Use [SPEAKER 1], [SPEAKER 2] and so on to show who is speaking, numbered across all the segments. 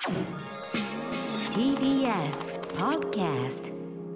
[SPEAKER 1] TBS Podcast。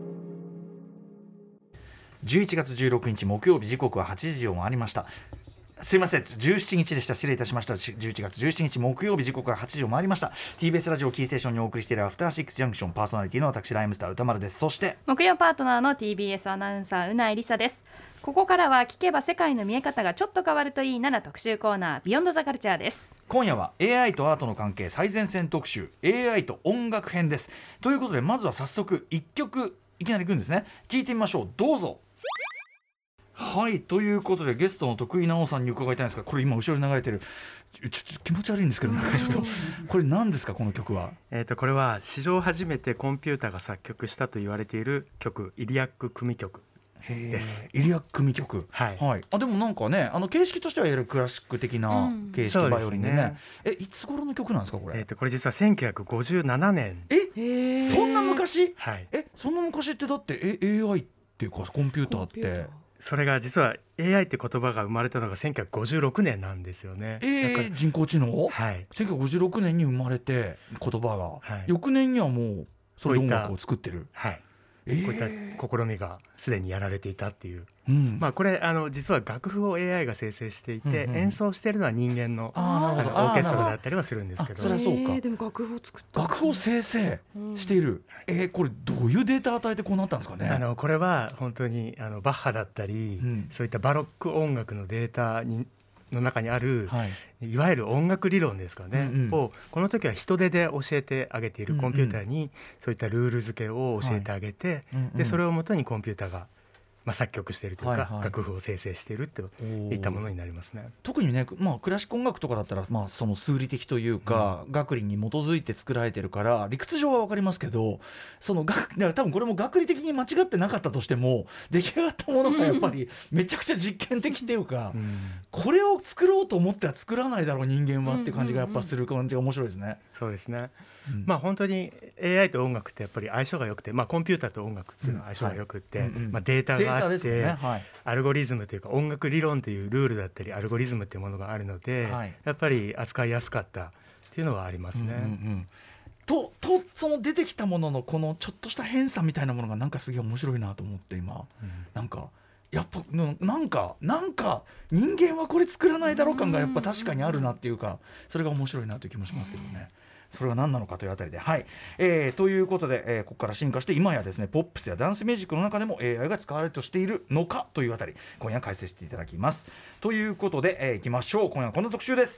[SPEAKER 2] 11月16日木曜日、時刻は8時を回りました。すいません、17日でした。失礼いたしました。11月17日木曜日、時刻は8時を回りました。 TBS ラジオキーステーションにお送りしているアフターシックスジャンクション、パーソナリティの私ライムスター歌丸です。そして
[SPEAKER 3] 木曜パートナーの TBS アナウンサーうないりさです。ここからは聞けば世界の見え方がちょっと変わるといいなな特集コーナー、ビヨンドザカルチャーです。
[SPEAKER 2] 今夜は AI とアートの関係最前線特集、 AI と音楽編です。ということで、まずは早速1曲いきなりいくんですね。聞いてみましょう、どうぞ。はい、ということでゲストの徳井直さんに伺いたいんですが、これ今後ろに流れてるちょっと気持ち悪いんですけど、なんかちょっとこれ何ですか、この曲は。
[SPEAKER 4] これは史上初めてコンピューターが作曲したと言われている曲、イリアック組曲です。
[SPEAKER 2] イリアック組曲、
[SPEAKER 4] はい
[SPEAKER 2] はい、でもなんかね、形式としてはいわゆるクラシック的な形式、バイオリンでね。いつ頃の曲なんですかこれ。
[SPEAKER 4] これ実は1957年。
[SPEAKER 2] そんな昔。
[SPEAKER 4] はい、
[SPEAKER 2] そんな昔ってだって AI っていうかコンピューターって
[SPEAKER 4] それが実は AI って言葉が生まれたのが1956年なんですよね。
[SPEAKER 2] 人工知能、
[SPEAKER 4] はい、
[SPEAKER 2] 1956年に生まれて言葉が、
[SPEAKER 4] はい、
[SPEAKER 2] 翌年にはもうそれで音楽を作ってる。
[SPEAKER 4] はい、こういった試みがすでにやられていたっていう、これ実は楽譜を AI が生成していて、演奏しているのは人間のオーケストラだったりはするんですけど。
[SPEAKER 2] それはそうか。
[SPEAKER 3] でも楽譜を作った
[SPEAKER 2] 楽譜を生成している、これどういうデータ与えてこうなったんですかね。
[SPEAKER 4] これは本当にバッハだったり、そういったバロック音楽のデータの中にある、いわゆる音楽理論ですかね、をこの時は人手で教えてあげているコンピューターにそういったルール付けを教えてあげて、でそれをもとにコンピューターが作曲しているというか、楽譜を生成しているといったものになりますね。
[SPEAKER 2] 特にね、クラシック音楽とかだったら、その数理的というか、学理に基づいて作られてるから理屈上は分かりますけど、だから多分これも学理的に間違ってなかったとしても、出来上がったものがやっぱりめちゃくちゃ実験的っていうか、これを作ろうと思っては作らないだろう人間はっていう感じがやっぱする感じが面白いですね。
[SPEAKER 4] そうですね、本当に AI と音楽ってやっぱり相性が良くて、コンピューターと音楽っていうのは相性が良くて、データがあって、アルゴリズムというか音楽理論というルールだったりアルゴリズムっていうものがあるので、やっぱり扱いやすかったっていうのはありますね。
[SPEAKER 2] その出てきたもののこのちょっとした変さみたいなものがなんかすげえ面白いなと思って今、なんかやっぱなんか人間はこれ作らないだろう感がやっぱ確かにあるなっていうか、それが面白いなという気もしますけどね。それは何なのかというあたりで、ということで、ここから進化して今やですね、ポップスやダンスミュージックの中でも AI が使われるとしているのかというあたり、今夜解説していただきます。ということで、いきましょう。今夜はこの特集です。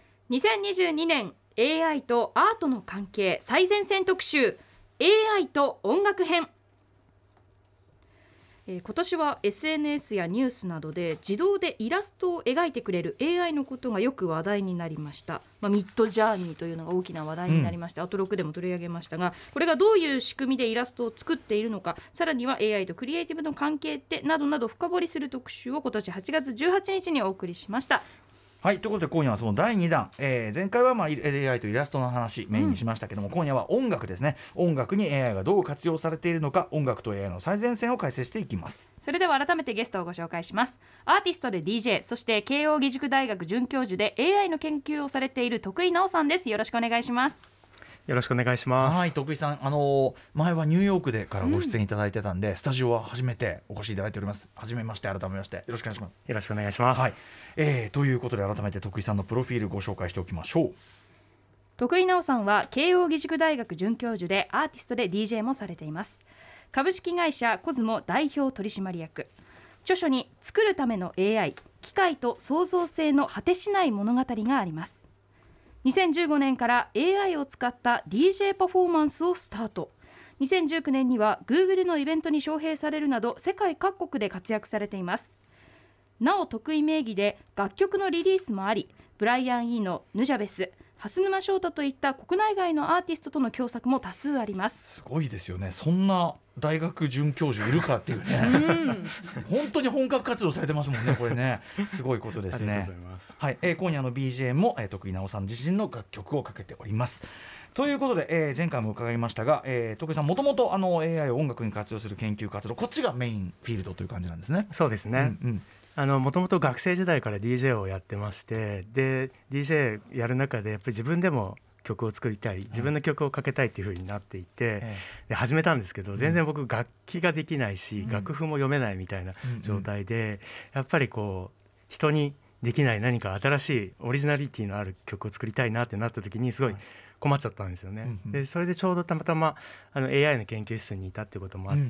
[SPEAKER 3] 2022年 AI とアートの関係最前線特集、 AI と音楽編。今年は SNS やニュースなどで自動でイラストを描いてくれる AI のことがよく話題になりました。ミッドジャーニーというのが大きな話題になりまして、アトロクでも取り上げましたが、これがどういう仕組みでイラストを作っているのか、さらには AI とクリエイティブの関係ってなどなど深掘りする特集を今年8月18日にお送りしました。
[SPEAKER 2] はい、ということで今夜はその第2弾、前回はAI とイラストの話メインにしましたけども、今夜は音楽ですね。音楽に AI がどう活用されているのか、音楽と AI の最前線を解説していきます。
[SPEAKER 3] それでは改めてゲストをご紹介します。アーティストで DJ、 そして慶應義塾大学准教授で AI の研究をされている徳井直さんです。よろしくお願いします。
[SPEAKER 4] よろしくお願いします。
[SPEAKER 2] はい、徳井さん、前はニューヨークでからご出演いただいてたんで、スタジオは初めてお越しいただいております。初めまして、改めましてよろしくお願いします。
[SPEAKER 4] よろしくお願いします。
[SPEAKER 2] ということで改めて徳井さんのプロフィールご紹介しておきましょう。
[SPEAKER 3] 徳井直さんは慶應義塾大学准教授でアーティストで DJ もされています。株式会社コズモ代表取締役。著書に作るための AI、 機械と創造性の果てしない物語があります。2015年から AI を使った DJ パフォーマンスをスタート。2019年には Google のイベントに招聘されるなど世界各国で活躍されています。なお得意名義で楽曲のリリースもあり、ブライアン・イーノ、ヌジャベス、蓮沼翔太といった国内外のアーティストとの共作も多数あります。
[SPEAKER 2] すごいですよね。そんな大学准教授いるかっていうね本当に本格活動されてますもんね、これね。すごいことですね。
[SPEAKER 4] ありがとうございます。
[SPEAKER 2] はい、今夜の BGM も、徳井直さん自身の楽曲をかけております。ということで、前回も伺いましたが、徳井さんもともとAI を音楽に活用する研究活動、こっちがメインフィールドという感じなんですね。
[SPEAKER 4] そうですね、もともと学生時代から DJ をやってまして、で DJ やる中でやっぱり自分でも曲を作りたい、自分の曲をかけたいっていう風になっていて、で始めたんですけど、全然僕楽器ができないし、楽譜も読めないみたいな状態で、やっぱりこう人にできない何か新しいオリジナリティのある曲を作りたいなってなった時にすごい困っちゃったんですよね。でそれでちょうどたまたまAI の研究室にいたってこともあって、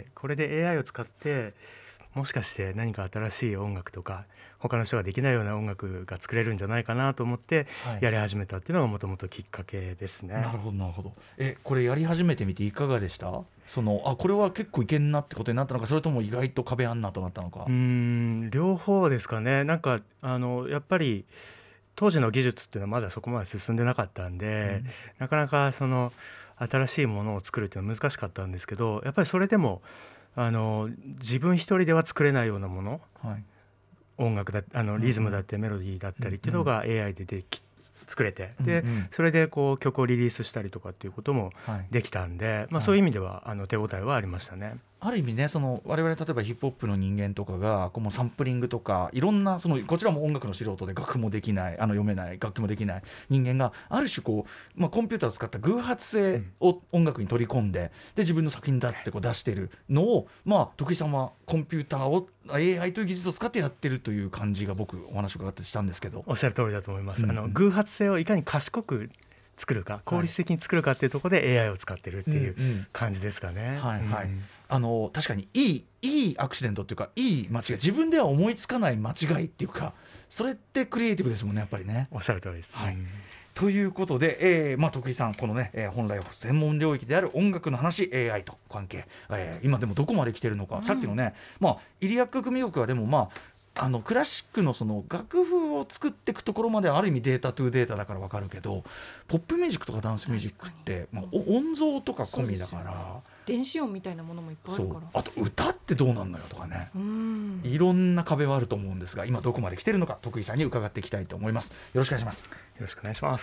[SPEAKER 4] これで AI を使ってもしかして何か新しい音楽とか他の人ができないような音楽が作れるんじゃないかなと思ってやり始めたっていうのがもともときっかけですね。
[SPEAKER 2] なるほどなるほど。これやり始めてみていかがでした？これは結構いけんなってことになったのか、それとも意外と壁あんなとなったのか。
[SPEAKER 4] 両方ですかね。なんかやっぱり当時の技術っていうのはまだそこまで進んでなかったんで、なかなか新しいものを作るっていうのは難しかったんですけど、やっぱりそれでも自分一人では作れないようなもの、音楽だリズムだってメロディーだったりっていうのが AI で作れて、でそれでこう曲をリリースしたりとかっていうこともできたんで、そういう意味では手応えはありましたね。
[SPEAKER 2] ある意味ね、我々例えばヒップホップの人間とかがもうサンプリングとかいろんなこちらも音楽の素人で楽譜もできない読めない楽器もできない人間がある種コンピューターを使った偶発性を音楽に取り込んで、で自分の作品だっつって出してるのを、徳井さんはコンピューターを AI という技術を使ってやってるという感じが僕お話を伺ってしたんですけど。
[SPEAKER 4] おっしゃる通りだと思います。偶発性をいかに賢く作るか、効率的に作るかっていうところで AI を使ってるっていう感じですかね。
[SPEAKER 2] 確かにいいアクシデントっていうか、いい間違い、自分では思いつかない間違いっていうか、それってクリエイティブですもんね、やっぱりね。
[SPEAKER 4] おっしゃる通りです、
[SPEAKER 2] ということで、徳井さんこのね、本来は専門領域である音楽の話 AI と関係、今でもどこまで来てるのか、さっきのね、イリアック組曲はでもクラシックの楽譜を作っていくところまである意味データトゥデータだから分かるけど、ポップミュージックとかダンスミュージックって、音像とか込みだから、
[SPEAKER 5] 電子音みたいなものもいっぱいあるから、
[SPEAKER 2] あと歌ってどうなんのよとかね、いろんな壁はあると思うんですが、今どこまで来てるのか徳井さんに伺っていきたいと思います。よろしくお願いします。
[SPEAKER 4] よろしくお願いします。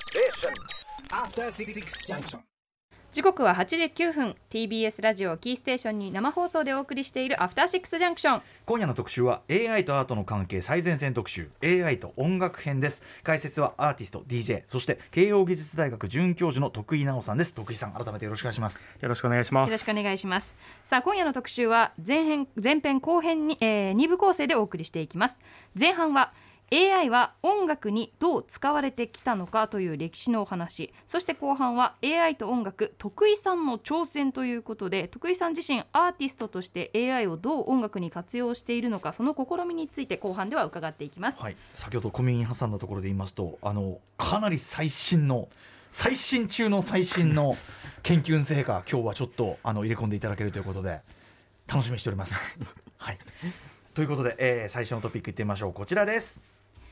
[SPEAKER 3] 時刻は8時9分 TBS ラジオキーステーションに生放送でお送りしているアフターシックスジャンクション。
[SPEAKER 2] 今夜の特集は AI とアートの関係最前線特集 AI と音楽編です。解説はアーティスト DJ そして慶応義塾大学准教授の徳井直さんです。徳井さん、改めてよろしくお願いします。
[SPEAKER 4] よろしくお願いします。
[SPEAKER 3] よろしくお願いします。さあ今夜の特集は前編後編に、2部構成でお送りしていきます。前半はAI は音楽にどう使われてきたのかという歴史のお話、そして後半は AI と音楽徳井さんの挑戦ということで、徳井さん自身アーティストとして AI をどう音楽に活用しているのか、その試みについて後半では伺っていきます。
[SPEAKER 2] 先ほど小耳に挟んだところで言いますと、かなり最新中の最新の研究成果今日はちょっと入れ込んでいただけるということで楽しみにしておりますということで、最初のトピックいってみましょう。こちらです。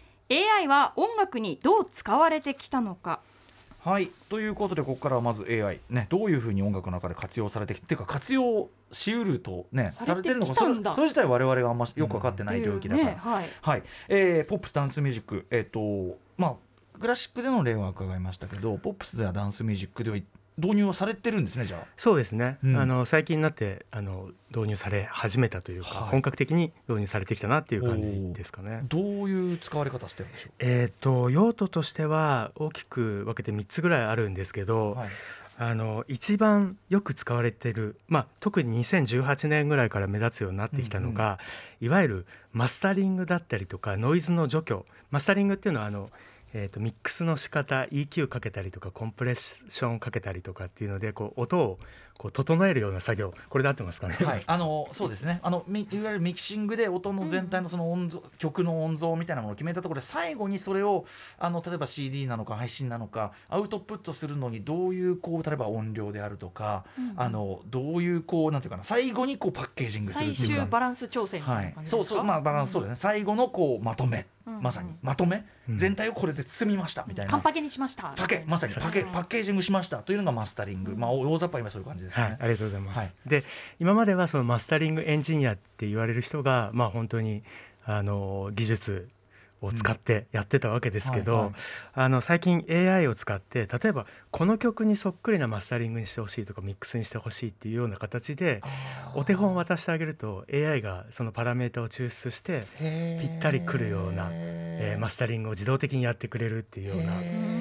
[SPEAKER 3] AI は音楽にどう使われてきたのか。
[SPEAKER 2] ということで、ここからはまず AI、どういうふうに音楽の中で活用されてきて、っていうか活用しうると、されてるのか、それ自体我々があんまよく分かってない領域だから、ポップスダンスミュージック、クラシックでの例は伺いましたけど、ポップスではダンスミュージックでは導入はされてるんですね。じゃあ
[SPEAKER 4] そうですね、最近になって導入され始めたというか、本格的に導入されてきたなっていう感じですかね。
[SPEAKER 2] どういう使われ方してるんでしょう。
[SPEAKER 4] 用途としては大きく分けて3つぐらいあるんですけど、一番よく使われてる、特に2018年ぐらいから目立つようになってきたのが、いわゆるマスタリングだったりとかノイズの除去。マスタリングっていうのはミックスの仕方 EQ かけたりとかコンプレッションかけたりとかっていうので音を整えるような作業、これで合ってますかね。
[SPEAKER 2] そうですね。いわゆるミキシングで音の全体の音像、曲の音像みたいなものを決めたところで、最後にそれを例えば CD なのか配信なのかアウトプットするのにどういう例えば音量であるとか、どういうなんていうかな、最後にパッケージングするっていうか、
[SPEAKER 5] 最終バランス調整みたいな感じですか。
[SPEAKER 2] バランス、そうですね。最後のまとめ、まさにまとめ、全体をこれで包みましたみたいな、
[SPEAKER 5] カンパケにしました、
[SPEAKER 2] まさにパッケージングしましたというのがマスタリング、大雑把に今そういう感じですね。
[SPEAKER 4] ありがとうございます。で今まではそのマスタリングエンジニアって言われる人が、本当に技術を使ってやってたわけですけど、最近 AI を使って例えばこの曲にそっくりなマスタリングにしてほしいとかミックスにしてほしいっていうような形でお手本を渡してあげると AI がそのパラメータを抽出してぴったりくるような、マスタリングを自動的にやってくれるっていうような、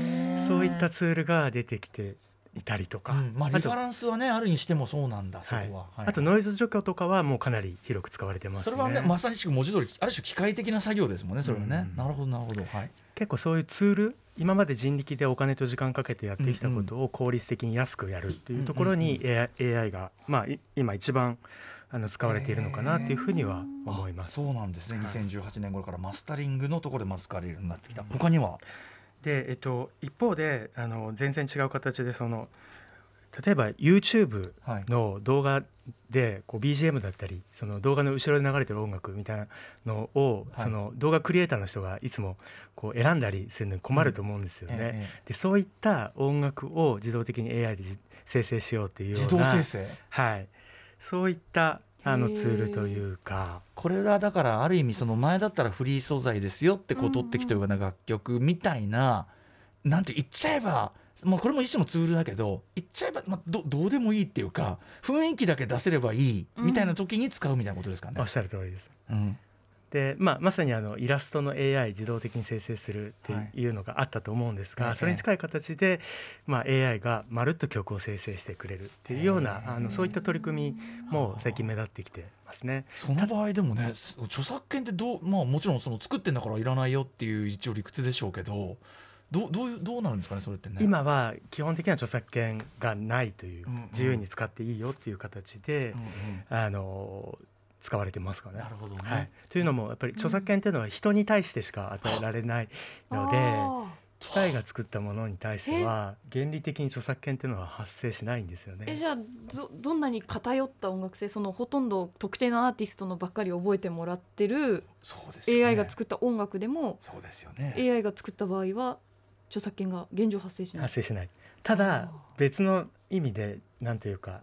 [SPEAKER 4] そういったツールが出てきていたりとか、
[SPEAKER 2] リファランスはねあるにしてもそうなんだ、そこは、
[SPEAKER 4] あとノイズ除去とかはもうかなり広く使われてますね。
[SPEAKER 2] それはねまさしく文字通りある種機械的な作業ですもんね、それはね、なるほどなるほど、
[SPEAKER 4] 結構そういうツール、今まで人力でお金と時間かけてやってきたことを効率的に安くやるっていうところに AI が、今一番使われているのかなっていうふうには思います。
[SPEAKER 2] そうなんですね。2018年頃からマスタリングのところで使われるようになってきた。他には
[SPEAKER 4] で、一方で全然違う形で例えば YouTube の動画でこう BGM だったりその動画の後ろで流れてる音楽みたいなのを、その動画クリエイターの人がいつもこう選んだりするのに困ると思うんですよね。でそういった音楽を自動的に AI で生成しようというような
[SPEAKER 2] 自動生成、
[SPEAKER 4] そういったツールというか、
[SPEAKER 2] これはだからある意味その前だったらフリー素材ですよってこう取ってきたような楽曲みたいな、なんて言っちゃえばもうこれも一種のツールだけど言っちゃえば、どうでもいいっていうか雰囲気だけ出せればいいみたいな時に使うみたいなことですかね。
[SPEAKER 4] おっしゃる通りです。でまさにイラストの AI 自動的に生成するっていうのがあったと思うんですが、それに近い形で、AI がまるっと曲を生成してくれるっていうようなそういった取り組みも最近目立ってきてますね。
[SPEAKER 2] その場合でもね著作権ってもちろんその作ってんだからいらないよっていう一応理屈でしょうけどどうなるんですかね、それってね。
[SPEAKER 4] 今は基本的には著作権がないという、自由に使っていいよっていう形で、使われてますかね。
[SPEAKER 2] なるほどね。
[SPEAKER 4] というのもやっぱり著作権というのは人に対してしか与えられないので、機械が作ったものに対しては原理的に著作権というのは発生しないんですよね。
[SPEAKER 5] じゃあ どんなに偏った音楽性、そのほとんど特定のアーティストのばっかり覚えてもらってる AI が作った音楽でも、
[SPEAKER 2] そうですよね、
[SPEAKER 5] AI が作った場合は著作権が現状発生しない。
[SPEAKER 4] ただ別の意味でなんというか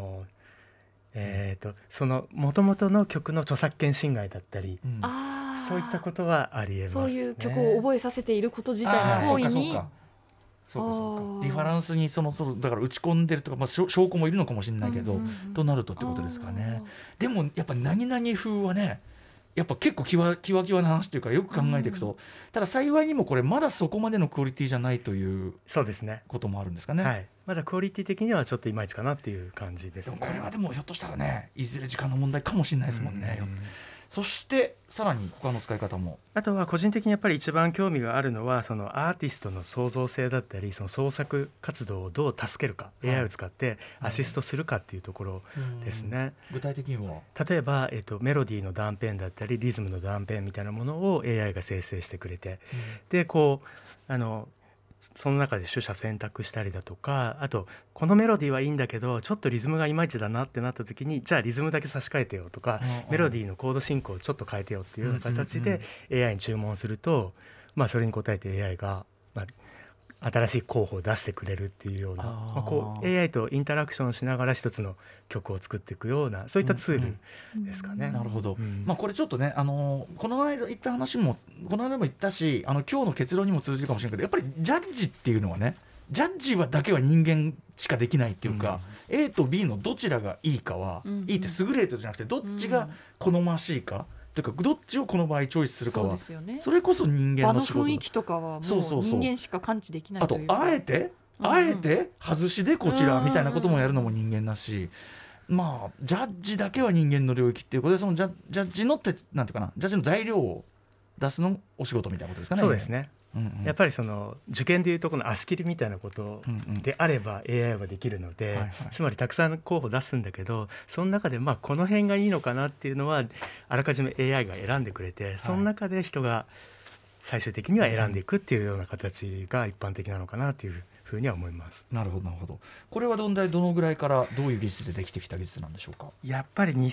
[SPEAKER 4] その元々の曲の著作権侵害だったり、そういったことはありえますね。
[SPEAKER 5] そういう曲を覚えさせていること自体の行為に、
[SPEAKER 2] そうかリファランスにだから打ち込んでるとか、証拠もいるのかもしれないけど、となるとってことですかね。でもやっぱ何々風はねやっぱ結構キワキワな話っていうかよく考えていくと、ただ幸いにもこれまだそこまでのクオリティじゃないということもあるんですかね。
[SPEAKER 4] まだクオリティ的にはちょっといまいちかなっていう感じですね。
[SPEAKER 2] これはでもひょっとしたらねいずれ時間の問題かもしれないですもんね。そしてさらに他の使い方も、
[SPEAKER 4] あとは個人的にやっぱり一番興味があるのはそのアーティストの創造性だったりその創作活動をどう助けるか、AI を使ってアシストするかっていうところですね。
[SPEAKER 2] 具体的には
[SPEAKER 4] 例えば、メロディーの断片だったりリズムの断片みたいなものを AI が生成してくれて、でこうその中で取捨選択したりだとか、あとこのメロディーはいいんだけどちょっとリズムがいまいちだなってなった時にじゃあリズムだけ差し替えてよとか、メロディーのコード進行をちょっと変えてよっていうような形で AI に注文すると、それに応えて AI が、新しい候補を出してくれるっていうような、こう AI とインタラクションしながら一つの曲を作っていくようなそういったツールですかね。
[SPEAKER 2] なるほど、これちょっとねこの間言った話もこの間も言ったし今日の結論にも通じるかもしれないけど、やっぱりジャッジっていうのはねジャッジはだけは人間しかできないっていうか、A と B のどちらがいいかは、いいって優れてるじゃなくてどっちが好ましいか、というかどっちをこの場合チョイスするかは それこそ人間の仕事。
[SPEAKER 5] 場の雰囲気とかはもう人間しか感知できないというか、
[SPEAKER 2] あとあえて外しでこちらみたいなこともやるのも人間だし、ジャッジだけは人間の領域っていうことで、そのジャッジのなんていうかな、ジャッジの材料を出すのお仕事みたいなことですかね。
[SPEAKER 4] そうですね。やっぱりその受験でいうとこの足切りみたいなことであれば AI はできるので、つまりたくさん候補出すんだけど、その中でこの辺がいいのかなっていうのはあらかじめ AI が選んでくれて、その中で人が最終的には選んでいくっていうような形が一般的なのかなというふうには思います。
[SPEAKER 2] なるほどなるほど。これはどのぐらいからどういう技術でできてきた技術なんでしょうか。
[SPEAKER 4] やっぱり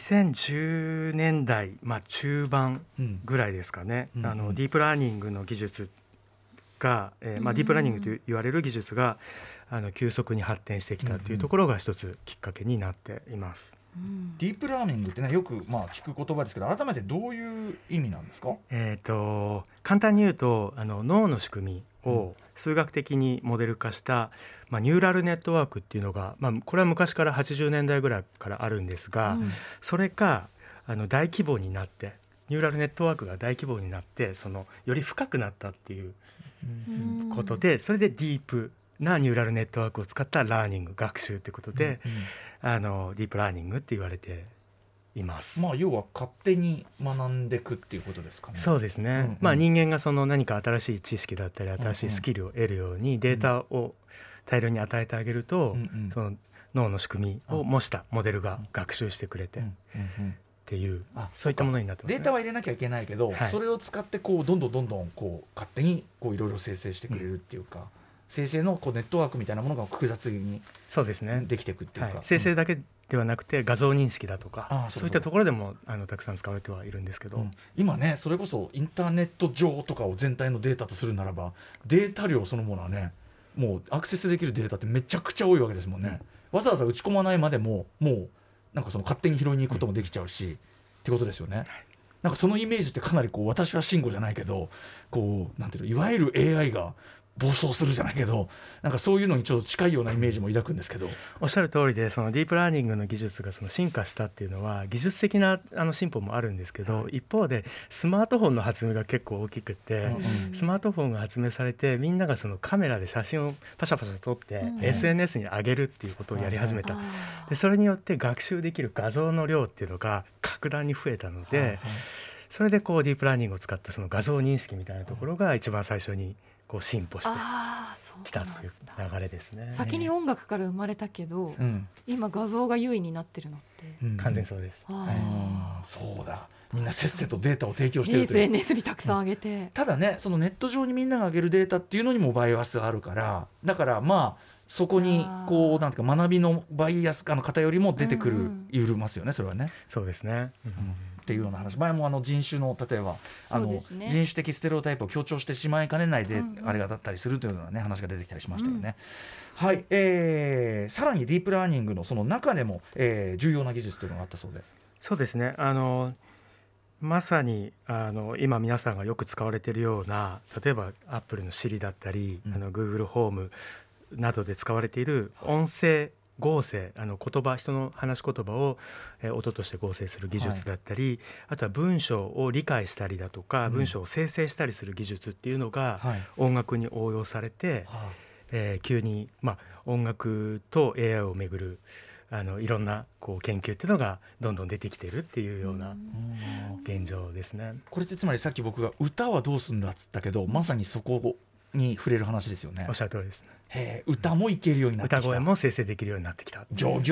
[SPEAKER 4] 2010年代、中盤ぐらいですかね。ディープラーニングの技術が、ディープラーニングと言われる技術が急速に発展してきたというところが一つきっかけになっています。
[SPEAKER 2] ディープラーニングってねよく聞く言葉ですけど、改めてどういう意味なんですか。
[SPEAKER 4] 簡単に言うと脳の仕組みを数学的にモデル化した、ニューラルネットワークっていうのが、これは昔から80年代ぐらいからあるんですが、それが大規模になってニューラルネットワークが大規模になってより深くなったっていうことで、それでディープなニューラルネットワークを使ったラーニング学習ということで、ディープラーニングって言われています。
[SPEAKER 2] 要は勝手に学んでいくっていうことですかね。
[SPEAKER 4] そうですね、人間がその何か新しい知識だったり新しいスキルを得るようにデータを大量に与えてあげると、その脳の仕組みを模したモデルが学習してくれてっていう、そういったものになってますね。
[SPEAKER 2] データは入れなきゃいけないけど、それを使ってどんどん勝手にいろいろ生成してくれるっていうか、生成のネットワークみたいなものが複雑にできていくっていうか、
[SPEAKER 4] 生成だけではなくて画像認識だとか、そういったところでもたくさん使われてはいるんですけど、
[SPEAKER 2] 今ねそれこそインターネット上とかを全体のデータとするならば、データ量そのものはね、もうアクセスできるデータってめちゃくちゃ多いわけですもんね。わざわざ打ち込まないまでももうなんかその勝手に拾いに行くこともできちゃうし、ってことですよね。なんかそのイメージってかなり私は慎吾じゃないけどなんていうの、いわゆる AI が暴走するじゃないけど、なんかそういうのにちょっと近いようなイメージも抱くんですけど、
[SPEAKER 4] おっしゃる通りで、そのディープラーニングの技術がその進化したっていうのは技術的な進歩もあるんですけど、一方でスマートフォンの発明が結構大きくて、スマートフォンが発明されてみんながそのカメラで写真をパシャパシャ撮って、SNS に上げるっていうことをやり始めた。でそれによって学習できる画像の量っていうのが格段に増えたので、それでディープラーニングを使ったその画像認識みたいなところが一番最初に進歩してきたという流れですね。
[SPEAKER 5] 先に音楽から生まれたけど、今画像が優位になってるのって、
[SPEAKER 4] 完全そうです。
[SPEAKER 2] そうだ、みんなせっせとデータを提供しているという
[SPEAKER 5] SNS にたくさん上げて、
[SPEAKER 2] ただね、そのネット上にみんなが上げるデータっていうのにもバイアスがあるから、だからそこになんていうか学びのバイアス偏りも出てくる、いるますよね、それはね。
[SPEAKER 4] そうですね、
[SPEAKER 2] っていうような話、前も人種の例えば人種的ステレオタイプを強調してしまいかねないで、あれがだったりするというような、ね、話が出てきたりしましたよね。はい、さらにディープラーニングのその中でも、重要な技術というのがあったそうで。
[SPEAKER 4] そうですね、まさに今皆さんがよく使われているような、例えばアップルの Siri だったり、Google ホームなどで使われている音声合成、人の話し言葉を音として合成する技術だったり、あとは文章を理解したりだとか、文章を生成したりする技術っていうのが音楽に応用されて、急に、音楽と AI をめぐるいろんな研究っていうのがどんどん出てきてるっていうような現状ですね。
[SPEAKER 2] これってつまりさっき僕が歌はどうすんだっつったけど、まさにそこに触れる話ですよね。
[SPEAKER 4] おっしゃる通りです。
[SPEAKER 2] 歌もいけるようになってきた、
[SPEAKER 4] 歌声も生成できるようになってきた。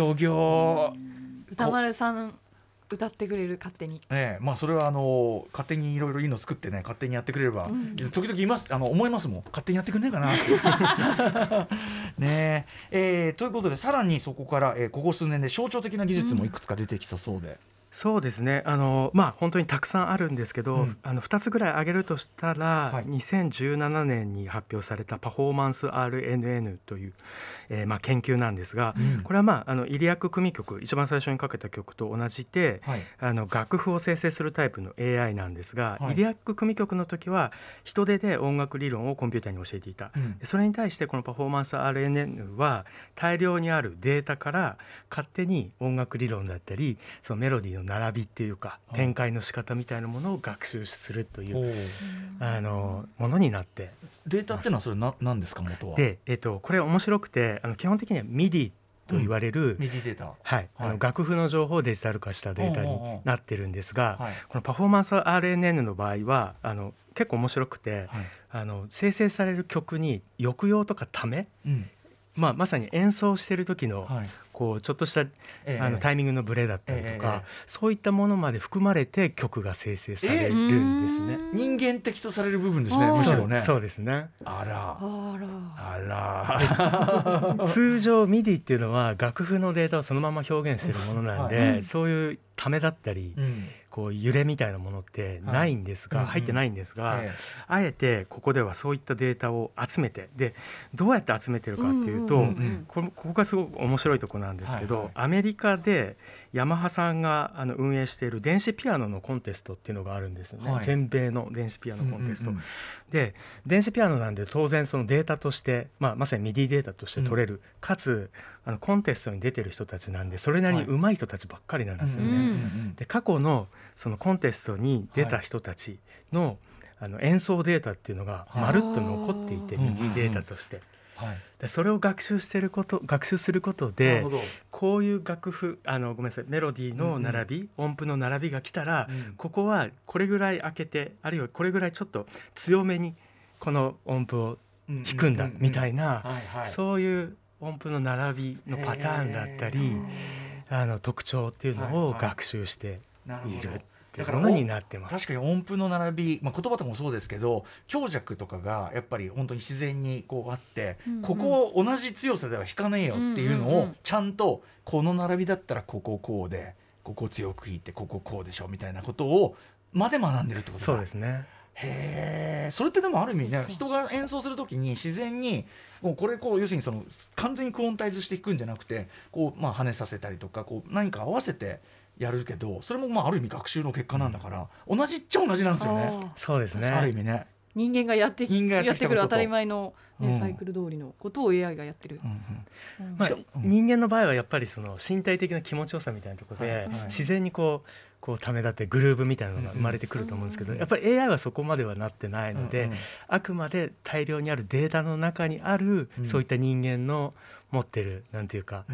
[SPEAKER 5] 歌丸さん歌ってくれる、勝手に、
[SPEAKER 2] それは勝手にいろいろいいの作ってね、勝手にやってくれれば、時々思いますもん、勝手にやってくんねえかなってねということで、さらにそこから、ここ数年で象徴的な技術もいくつか出てきたそうで、
[SPEAKER 4] そうですね、本当にたくさんあるんですけど、2つぐらい挙げるとしたら、2017年に発表されたパフォーマンス RNN という、研究なんですが、これはイリアック組曲、一番最初にかけた曲と同じで、楽譜を生成するタイプの AI なんですが、イリアック組曲の時は人手で音楽理論をコンピューターに教えていた、それに対してこのパフォーマンス RNN は大量にあるデータから勝手に音楽理論だったり、そのメロディーの並びっていうか展開の仕方みたいなものを学習するというものになって、
[SPEAKER 2] データっていうのはそれ何ですか、元は。
[SPEAKER 4] で、これ面白くて、基本的には MIDI と言われる、
[SPEAKER 2] MIDI データ、
[SPEAKER 4] 楽譜の情報をデジタル化したデータになってるんですが、このパフォーマンス RNN の場合は結構面白くて、生成される曲に抑揚とかため、まさに演奏してる時のちょっとしたタイミングのブレだったりとか、そういったものまで含まれて曲が生成されるんですね。
[SPEAKER 2] 人間的とされる部分ですね、むしろね。
[SPEAKER 4] そうですね。
[SPEAKER 2] あ
[SPEAKER 4] ら通常 MIDI っていうのは楽譜のデータをそのまま表現しているものなんで、そういうためだったり、揺れみたいなものってないんですが、入ってないんですが、あえてここではそういったデータを集めて、でどうやって集めてるかっていうと、ここがすごく面白いところなんですけど、アメリカでヤマハさんが運営している電子ピアノのコンテストっていうのがあるんですよね、全米の電子ピアノコンテスト、で電子ピアノなんで当然そのデータとして、まさに MIDI データとして取れる、かつコンテストに出てる人たちなんでそれなりに上手い人たちばっかりなんですよね。で過去のそのコンテストに出た人たちの、 演奏データっていうのがまるっと残っていて、ミディデータとして、でそれを学習することで、こういう楽譜ごめんなさい、メロディーの並び、音符の並びが来たら、ここはこれぐらい開けて、あるいはこれぐらいちょっと強めにこの音符を弾くんだみたいな、そういう音符の並びのパターンだったり、特徴っていうのを学習しているっていうものになってます。
[SPEAKER 2] 確かに音符の並び、言葉とかもそうですけど、強弱とかがやっぱり本当に自然にこうあって、ここを同じ強さでは弾かねえよっていうのをちゃんと、この並びだったらこここうで、ここ強く弾いてこここうでしょみたいなことをまで学んでるってことだ。
[SPEAKER 4] そうですね。
[SPEAKER 2] へえ、それってでもある意味ね、人が演奏するときに自然にもうこれ要するに完全にクオンタイズしていくんじゃなくて、跳ねさせたりとか何か合わせてやるけど、それもある意味学習の結果なんだから、同じっちゃ同じなんですよね。
[SPEAKER 4] そうですね。
[SPEAKER 2] ある意味ね、
[SPEAKER 5] 人間がやってくる当たり前の、サイクル通りのことを AI がやってる。
[SPEAKER 4] 人間の場合はやっぱり身体的な気持ちよさみたいなところで、自然にためだってグルーブみたいなのが生まれてくると思うんですけど、やっぱり AI はそこまではなってないので、あくまで大量にあるデータの中にある、そういった人間の持ってるなんていうか、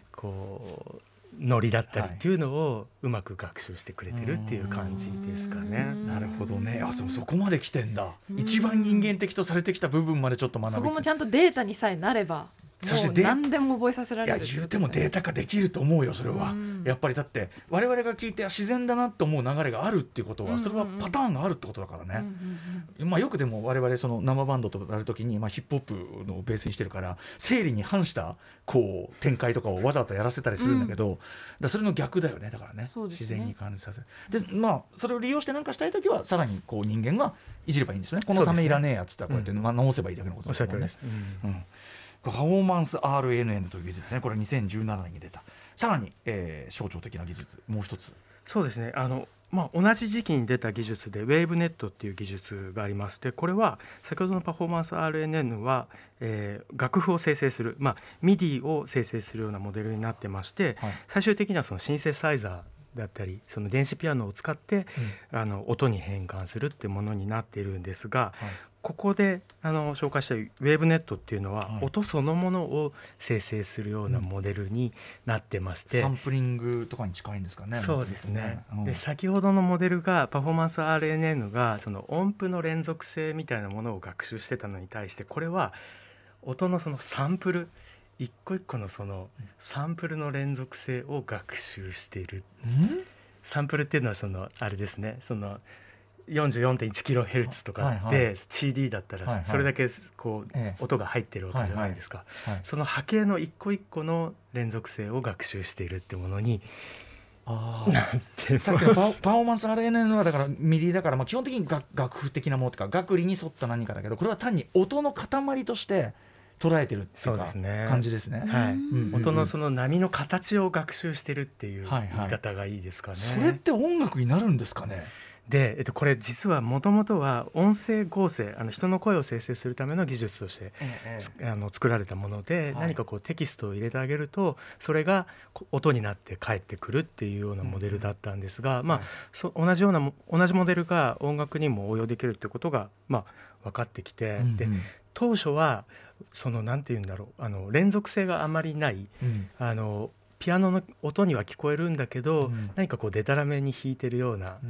[SPEAKER 4] ノリだったりっていうのをうまく学習してくれてるっていう感じですかね。
[SPEAKER 2] なるほどね。そこまで来てんだ。一番人間的とされてきた部分までちょっと学びつつ、
[SPEAKER 5] そこもちゃんとデータにさえなれば、
[SPEAKER 2] そして
[SPEAKER 5] 何でも覚えさせられる。
[SPEAKER 2] 言うてもデータ化できると思うよ、それは。やっぱりだって我々が聞いて自然だなと思う流れがあるっていうことは、それはパターンがあるってことだからね。よくでも我々生バンドとやるときに、ヒップホップのベースにしてるから、生理に反した展開とかをわざとやらせたりするんだけど、それの逆だよね。だからね、自然に感じさせる。でそれを利用して何かしたいときはさらに人間がいじればいいんですよね。このためいらねえやつったらこうやって直せばいいだけのことですもんね。パフォーマンス RNN という技術ですね。これは2017年に出た、さらに、象徴的な技術もう一つ。
[SPEAKER 4] そうですね。同じ時期に出た技術で WaveNet っていう技術があります。でこれは先ほどのパフォーマンス RNN は、楽譜を生成する、MIDI を生成するようなモデルになってまして、最終的にはシンセサイザーだったり電子ピアノを使って、音に変換するっていうものになっているんですが、ここで紹介した WaveNet っていうのは、音そのものを生成するようなモデルになってまして、
[SPEAKER 2] サンプリングとかに近いんですかね。
[SPEAKER 4] そうですね。で先ほどのモデルがパフォーマンス RNN が音符の連続性みたいなものを学習してたのに対して、これは音のサンプル一個一個のサンプルの連続性を学習している。サンプルっていうのはあれですね、44.1kHz とかで CD だったらそれだけ音が入ってるわけじゃないですか。その波形の一個一個の連続性を学習しているってものになってます。
[SPEAKER 2] さっきのパフォーマンス RNN はだからミディだから、基本的に楽譜的なものとか楽理に沿った何かだけど、これは単に音の塊として捉えてるっていうか感じですね。
[SPEAKER 4] 音の波の形を学習してるっていう言い方がいいですかね。
[SPEAKER 2] それって音楽になるんですかね。
[SPEAKER 4] でこれ実はもともとは音声合成、人の声を生成するための技術として、作られたもので、何かテキストを入れてあげるとそれが音になって返ってくるっていうようなモデルだったんですが、同じモデルが音楽にも応用できるってことが分かってきて、で当初はなんていうんだろう、連続性があまりない、ピアノの音には聞こえるんだけど、何かデタラメに弾いてるような、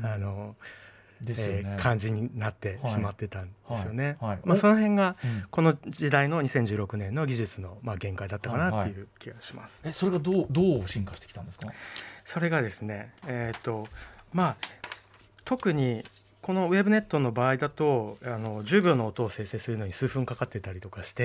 [SPEAKER 4] 感じになってしまってたんですよね。その辺がこの時代の2016年の技術の限界だったかなっていう気がします。
[SPEAKER 2] それがどう進化してきたんですか。
[SPEAKER 4] それがですね、特にこの WaveNet の場合だと10秒の音を生成するのに数分かかってたりとかして、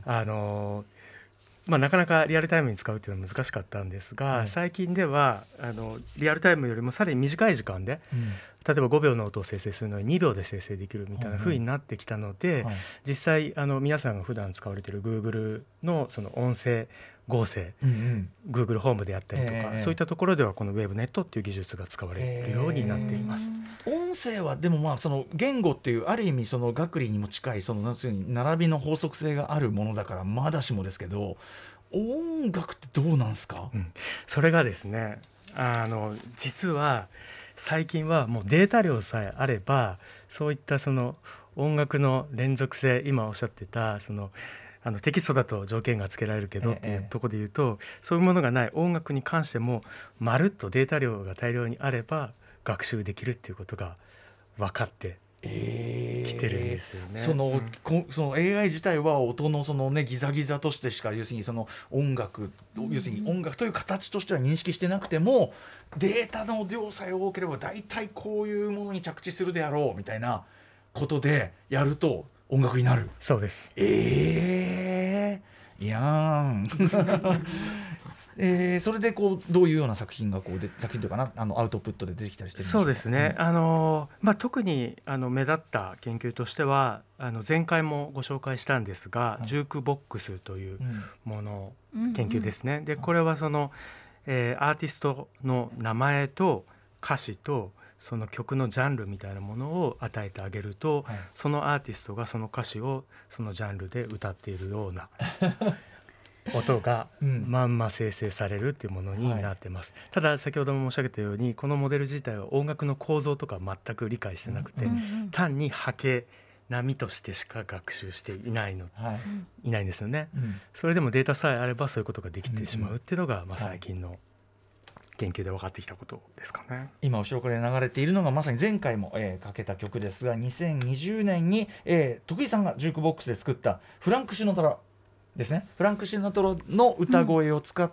[SPEAKER 4] なかなかリアルタイムに使うっていうのは難しかったんですが、最近ではリアルタイムよりもさらに短い時間で、例えば5秒の音を生成するのに2秒で生成できるみたいな風になってきたので、実際皆さんが普段使われている Google の音声合成、Google ホームであったりとか、そういったところではこの WaveNet っていう技術が使われるようになっています。
[SPEAKER 2] 音声はでも言語っていうある意味楽理にも近い並びの法則性があるものだからまだしもですけど、音楽ってどうなんですか。
[SPEAKER 4] それがですね、実は最近はもうデータ量さえあればそういったその音楽の連続性、今おっしゃってたテキストだと条件がつけられるけどっていうところで言うと、そういうものがない音楽に関してもまるっとデータ量が大量にあれば学習できるっていうことが分かってきてるんですよね。
[SPEAKER 2] その AI 自体は音のギザギザとしてしか、要するにその音楽、要するに音楽という形としては認識してなくても、データの量さえ多ければ大体こういうものに着地するであろうみたいなことでやると音楽になる。
[SPEAKER 4] そうです。
[SPEAKER 2] いやーんそれでどういうような作品が作品というかな、アウトプットで出てきたりしてるんでしょうか。
[SPEAKER 4] そうですね、特に目立った研究としては前回もご紹介したんですが、ジュークボックスというもの、研究ですね。でこれはアーティストの名前と歌詞とその曲のジャンルみたいなものを与えてあげると、そのアーティストがその歌詞をそのジャンルで歌っているような音がまんま生成されるっていうものになってます、ただ先ほども申し上げたように、このモデル自体は音楽の構造とか全く理解してなくて、単に波形波としてしか学習していないんですよね、それでもデータさえあればそういうことができてしまうっていうのが、最近の研究で分かってきたことですかね。
[SPEAKER 2] 今後ろから流れているのがまさに前回も、かけた曲ですが、2020年に、徳井さんがジュークボックスで作ったフランク・シナトラですね。フランク・シナトラの歌声を使って、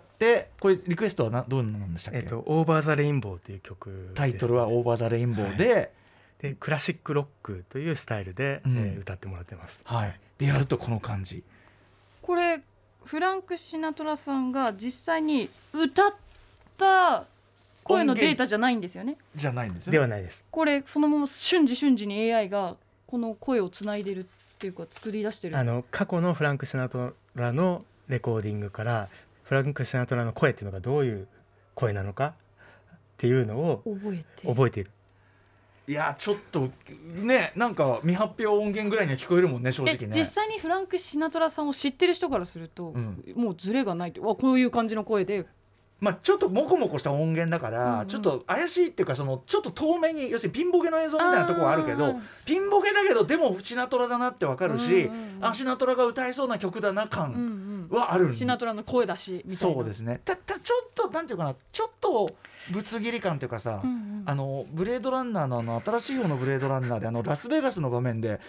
[SPEAKER 2] これリクエストはどうなんでしたっけ。
[SPEAKER 4] オーバーザレインボーという曲です。
[SPEAKER 2] タイトルはオーバーザレインボーで、
[SPEAKER 4] でクラシックロックというスタイルで、歌ってもらってます、
[SPEAKER 2] でやるとこの感じ。
[SPEAKER 5] これフランク・シナトラさんが実際に歌った声のデータじゃないんですよね。
[SPEAKER 2] じゃないんですよ、
[SPEAKER 4] ではないです。
[SPEAKER 5] これそのまま瞬時に AI がこの声をつないでるっていうか作り出してる。
[SPEAKER 4] 過去のフランク・シナトラのレコーディングからフランク・シナトラの声っていうのがどういう声なのかっていうのを覚えている。
[SPEAKER 2] いやちょっとね、なんか未発表音源ぐらいには聞こえるもんね、正直ね。
[SPEAKER 5] 実際にフランク・シナトラさんを知ってる人からすると、もうズレがないって、こういう感じの声で、
[SPEAKER 2] ちょっとモコモコした音源だから、ちょっと怪しいっていうか、ちょっと遠目に、要するにピンボケの映像みたいなところはあるけど、ピンボケだけどでもシナトラだなってわかるし、シナトラが歌いそうな曲だな感はある、
[SPEAKER 5] シナトラの声だしみたいな。
[SPEAKER 2] そうですね。ちょっとなんていうかな、ちょっとぶつ切り感というかさ、ブレードランナーの新しい方のブレードランナーでラスベガスの場面で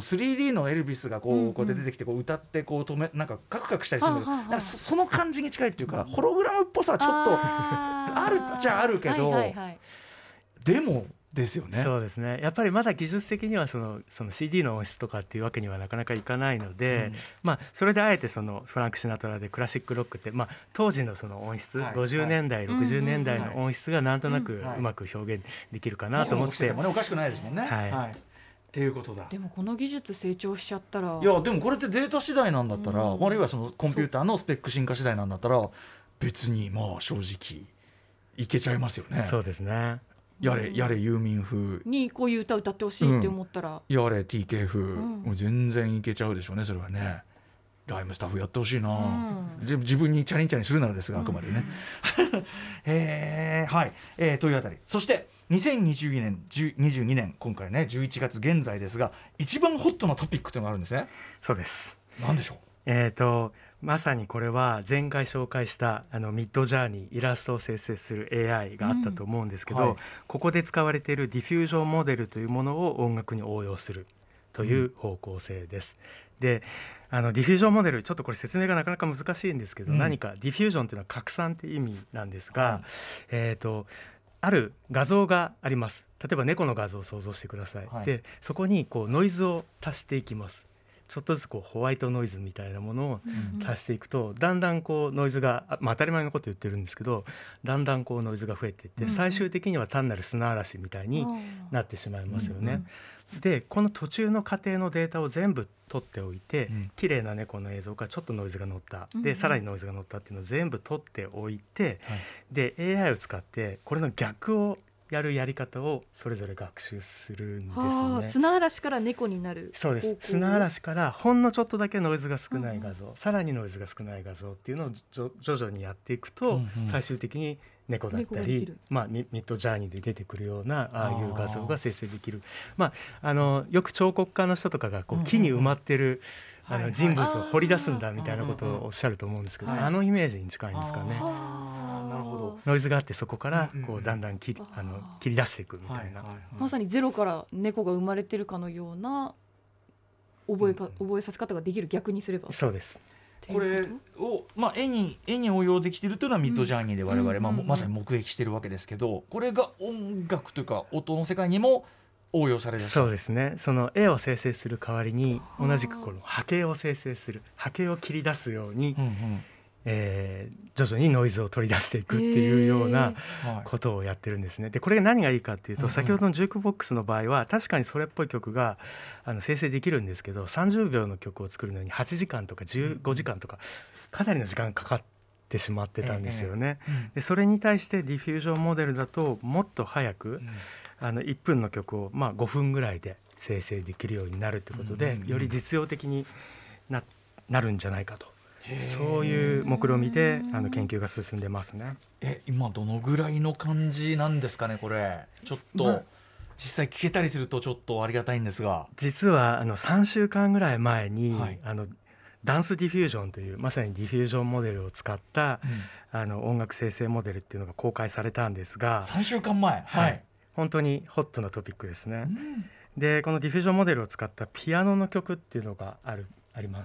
[SPEAKER 2] 3D のエルビスがこうやって出てきて歌ってなんかカクカクしたりするんだけど、なんかその感じに近いっていうか、ホログラムっぽさはちょっとあるっちゃあるけど、でもですよね。
[SPEAKER 4] そうですね。やっぱりまだ技術的にはその CD の音質とかっていうわけにはなかなかいかないので、それであえてフランク・シナトラでクラシックロックって、当時のその音質、50年代、60年代の音質がなんとなくうまく表現できるかなと思って、
[SPEAKER 2] おかしくないですもんね。っていうことだ。
[SPEAKER 5] でもこの技術成長しちゃったら、
[SPEAKER 2] いやでもこれってデータ次第なんだったら、あるいはそのコンピューターのスペック進化次第なんだったら、別に正直いけちゃいますよね。
[SPEAKER 4] そうですね。
[SPEAKER 2] やれユーミン風
[SPEAKER 5] にこういう歌歌ってほしいって思ったら、
[SPEAKER 2] やれ TK 風、もう全然いけちゃうでしょうね。それはね、ライムスタッフやってほしいな、自分にチャリンチャリンするならですが、あくまでねというあたり。そして2022年今回ね11月現在ですが、一番ホットなトピックというのがあるんですね。
[SPEAKER 4] そうです。
[SPEAKER 2] 何でしょ
[SPEAKER 4] う。まさにこれは前回紹介したミッドジャーニー、イラストを生成する AI があったと思うんですけど、ここで使われているディフュージョンモデルというものを音楽に応用するという方向性です。でディフュージョンモデル、ちょっとこれ説明がなかなか難しいんですけど、何かディフュージョンというのは拡散という意味なんですが、ある画像があります。例えば猫の画像を想像してください。でそこにノイズを足していきます。ちょっとずつホワイトノイズみたいなものを足していくと、だんだんノイズが、当たり前のこと言ってるんですけど、だんだんノイズが増えていって、最終的には単なる砂嵐みたいになってしまいますよね。でこの途中の過程のデータを全部取っておいて、綺麗な猫の映像からちょっとノイズが乗った、でさらにノイズが乗ったっていうのを全部取っておいて、で AI を使ってこれの逆をやるやり方をそれぞれ学習するんですね。
[SPEAKER 5] 砂嵐から猫になる。
[SPEAKER 4] そうです。砂嵐からほんのちょっとだけノイズが少ない画像、さらにノイズが少ない画像っていうのを徐々にやっていくと、最終的に猫だったり、ミッドジャーニーで出てくるようなああいう画像が生成できる。よく彫刻家の人とかがこう木に埋まってる人物を掘り出すんだみたいなことをおっしゃると思うんですけど、あのイメージに近いんですかね。
[SPEAKER 2] なるほど。
[SPEAKER 4] ノイズがあってそこからこうだんだん切り出していくみたいな、
[SPEAKER 5] まさにゼロから猫が生まれてるかのような覚えさせ方ができる。逆にすれば
[SPEAKER 4] そうです。
[SPEAKER 2] これを、絵に応用できているというのはミッドジャーニーで我々、まさに目撃しているわけですけど、これが音楽というか音の世界にも応用される。
[SPEAKER 4] そうですね。その絵を生成する代わりに同じくこの波形を生成する、波形を切り出すように、徐々にノイズを取り出していくっていうようなことをやってるんですね。でこれが何がいいかっていうと、先ほどのジュークボックスの場合は確かにそれっぽい曲が生成できるんですけど、30秒の曲を作るのに8時間とか15時間とかかなりの時間がかかってしまってたんですよね。でそれに対してディフュージョンモデルだともっと早く1分の曲を5分ぐらいで生成できるようになるということで、より実用的に なるんじゃないかと、そういう目論見で研究が進んでますね。
[SPEAKER 2] 今どのぐらいの感じなんですかね。これちょっと実際聞けたりするとちょっとありがたいんですが、
[SPEAKER 4] 実は3週間ぐらい前に、ダンスディフュージョンというまさにディフュージョンモデルを使った、音楽生成モデルっていうのが公開されたんですが、
[SPEAKER 2] 3週間前、
[SPEAKER 4] 本当にホットなトピックですね。でこのディフュージョンモデルを使ったピアノの曲っていうのがあります。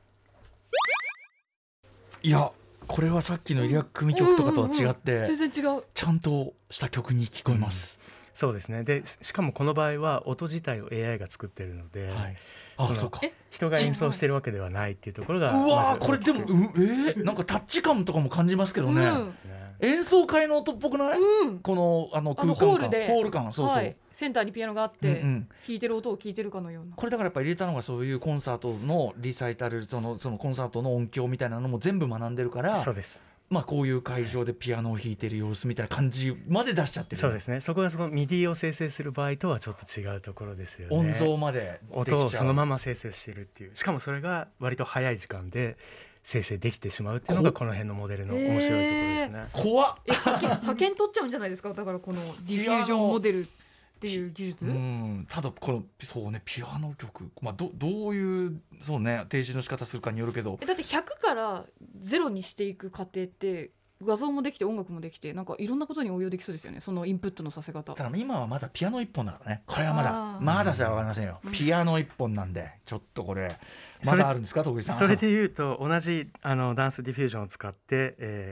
[SPEAKER 2] いやこれはさっきのイリア組曲とかとは違って、
[SPEAKER 5] 全然違う、
[SPEAKER 2] ちゃんとした曲に聞こえます。
[SPEAKER 4] そうですね。でしかもこの場合は音自体を AI が作ってるので、
[SPEAKER 2] そうか、
[SPEAKER 4] 人が演奏してるわけではないっていうところが、
[SPEAKER 2] これでもなんかタッチ感とかも感じますけどね、演奏会の音っぽくない？この空間感、ホール感、そうそう、
[SPEAKER 5] センターにピアノがあって、弾いてる音を聞いてるかのような。
[SPEAKER 2] これだからやっぱり入れたのがそういうコンサートのリサイタル、そのコンサートの音響みたいなのも全部学んでるから、
[SPEAKER 4] そうです。
[SPEAKER 2] こういう会場でピアノを弾いてる様子みたいな感じまで出しちゃってる。
[SPEAKER 4] そうですね。そこがそのミディを生成する場合とはちょっと違うところですよね。
[SPEAKER 2] 音像までできちゃう、
[SPEAKER 4] 音をそのまま生成してるっていう、しかもそれが割と早い時間で生成できてしまうっていうのがこの辺のモデルの面白いところですね。
[SPEAKER 2] 怖っ。
[SPEAKER 5] 派遣取っちゃうんじゃないですか。だからこのディフュージョンモデルっていう技術、
[SPEAKER 2] ただこのそうね、ピアノ曲、どういうそうね提示の仕方するかによるけど、
[SPEAKER 5] だって100から0にしていく過程って画像もできて音楽もできて、なんかいろんなことに応用できそうですよね、そのインプットのさせ方。
[SPEAKER 2] ただ今はまだピアノ1本だからね、これはまだじゃ分かりませんよ、ピアノ1本なんでちょっとこれまだあるんですか、徳井さん。
[SPEAKER 4] それでいうと同じダンスディフュージョンを使って、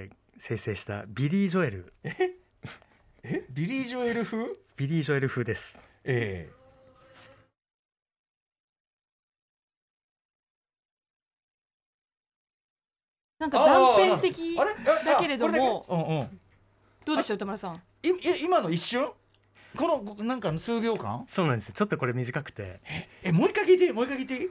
[SPEAKER 4] 生成したビリー・ジョエル。
[SPEAKER 2] ビリー・ジョエル風？
[SPEAKER 4] ビリー・ジョエル風です。
[SPEAKER 5] なんか断片的だけれども、どうでした歌丸さん。
[SPEAKER 2] 今の一瞬このなんか数秒間。
[SPEAKER 4] そうなんですよ。ちょっとこれ短くて、
[SPEAKER 2] もう一回聞いて、もう一回聞いて。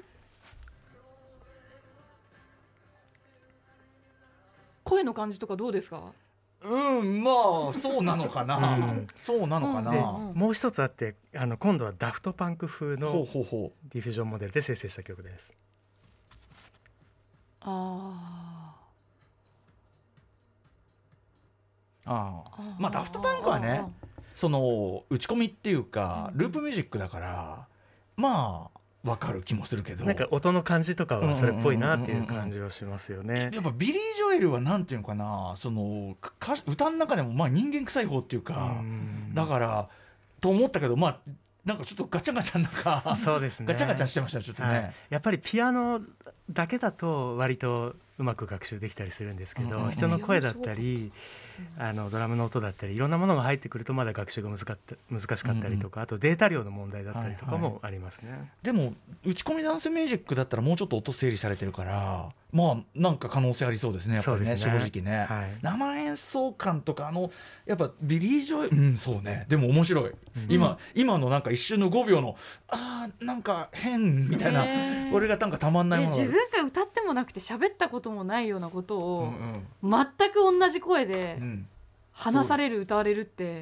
[SPEAKER 5] 声の感じとかどうですか。
[SPEAKER 2] そうなのかな、そうなのかな。
[SPEAKER 4] もう一つあって、今度はダフトパンク風のディフュージョンモデルで生成した曲です。
[SPEAKER 2] ダフトパンクはね、その打ち込みっていうかループミュージックだから、分かる気もするけど、
[SPEAKER 4] なんか音の感じとかはそれっぽいなっていう感じはしますよね。
[SPEAKER 2] やっぱビリー・ジョエルはなんていうのかな、その歌の中でも人間臭い方っていうか、だからと思ったけど、なんかちょっとガチャガチャなんか
[SPEAKER 4] そうですね、
[SPEAKER 2] ガチャガチャしてましたちょっとね、
[SPEAKER 4] やっぱりピアノだけだと割とうまく学習できたりするんですけど、人の声だったりドラムの音だったりいろんなものが入ってくるとまだ学習が難しかったりとか、あとデータ量の問題だったりとかもありますね。
[SPEAKER 2] でも打ち込みダンスミュージックだったらもうちょっと音整理されてるから、なんか可能性ありそうですね、やっぱりね、正直ね、生演奏感とかやっぱビリー・ジョエル、そうね、でも面白い、今のなんか一瞬の5秒のなんか変みたいな、これがなんかたまんないもの、
[SPEAKER 5] 自分が歌ってもなくて喋ったこともないようなことを、全く同じ声で話される、歌われるって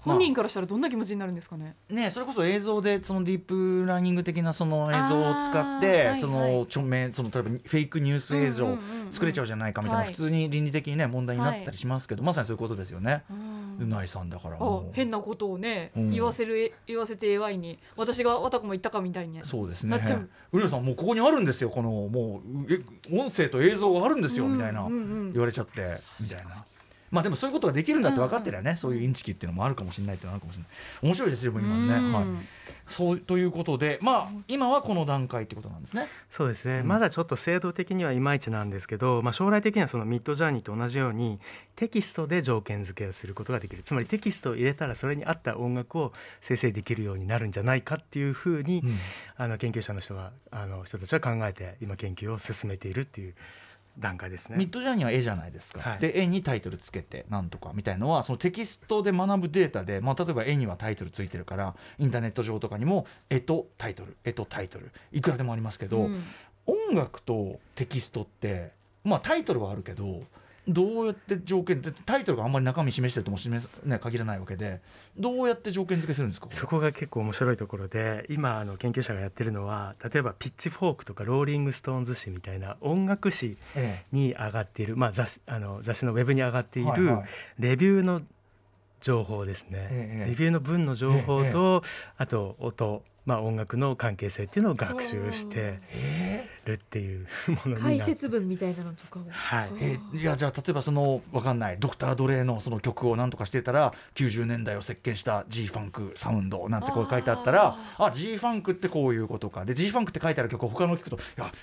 [SPEAKER 5] 本人からしたらどんな気持ちになるんですかね。
[SPEAKER 2] ね、それこそ映像でそのディープラーニング的なその映像を使って、その著名その例えばフェイクニュース映像作れちゃうじゃないかみたいな、普通に倫理的にね問題になったりしますけど、まさにそういうことですよね。うないさんだから
[SPEAKER 5] 変なことをね、言わせて AI に私がわたこも言ったかみたいに、
[SPEAKER 2] そうですね、
[SPEAKER 5] なっちゃう。
[SPEAKER 2] うりょうさんもうここにあるんですよ、このもう音声と映像があるんですよみたいな言われちゃってみたいな。まあでもそういうことができるんだって分かってりゃね、そういうインチキっていうのもあるかもしれないっていうのもあるかもしれない。面白いですよ今ね、はい、そうということで、まあ今はこの段階ってことなんですね。
[SPEAKER 4] そうですね、まだちょっと制度的にはいまいちなんですけど、将来的にはそのミッドジャーニーと同じようにテキストで条件付けをすることができる、つまりテキストを入れたらそれに合った音楽を生成できるようになるんじゃないかっていうふうに、研究者の人たちは考えて今研究を進めているっていう段階ですね。
[SPEAKER 2] ミッドジャーニーは絵じゃないですか、で絵にタイトルつけてなんとかみたいのはそのテキストで学ぶデータで、例えば絵にはタイトルついてるからインターネット上とかにも絵とタイトルいくらでもありますけど、音楽とテキストってタイトルはあるけどどうやって条件タイトルがあんまり中身示してるとも限らないわけで、どうやって条件付けするんですか。
[SPEAKER 4] そこが結構面白いところで、今研究者がやってるのは例えばピッチフォークとかローリングストーンズ誌みたいな音楽誌に上がっている、雑誌のウェブに上がっているレビューの情報ですね、レビューの文の情報と、あと音、音楽の関係性っていうのを学習してるっていうものになって、
[SPEAKER 5] 解説文みたいなのとかを、
[SPEAKER 2] いやじゃあ例えばその分かんないドクター・ドレイのその曲をなんとかしてたら90年代を席巻した G ファンクサウンドなんてこう書いてあったら、G ファンクってこういうことかで G ファンクって書いてある曲を他の聞くと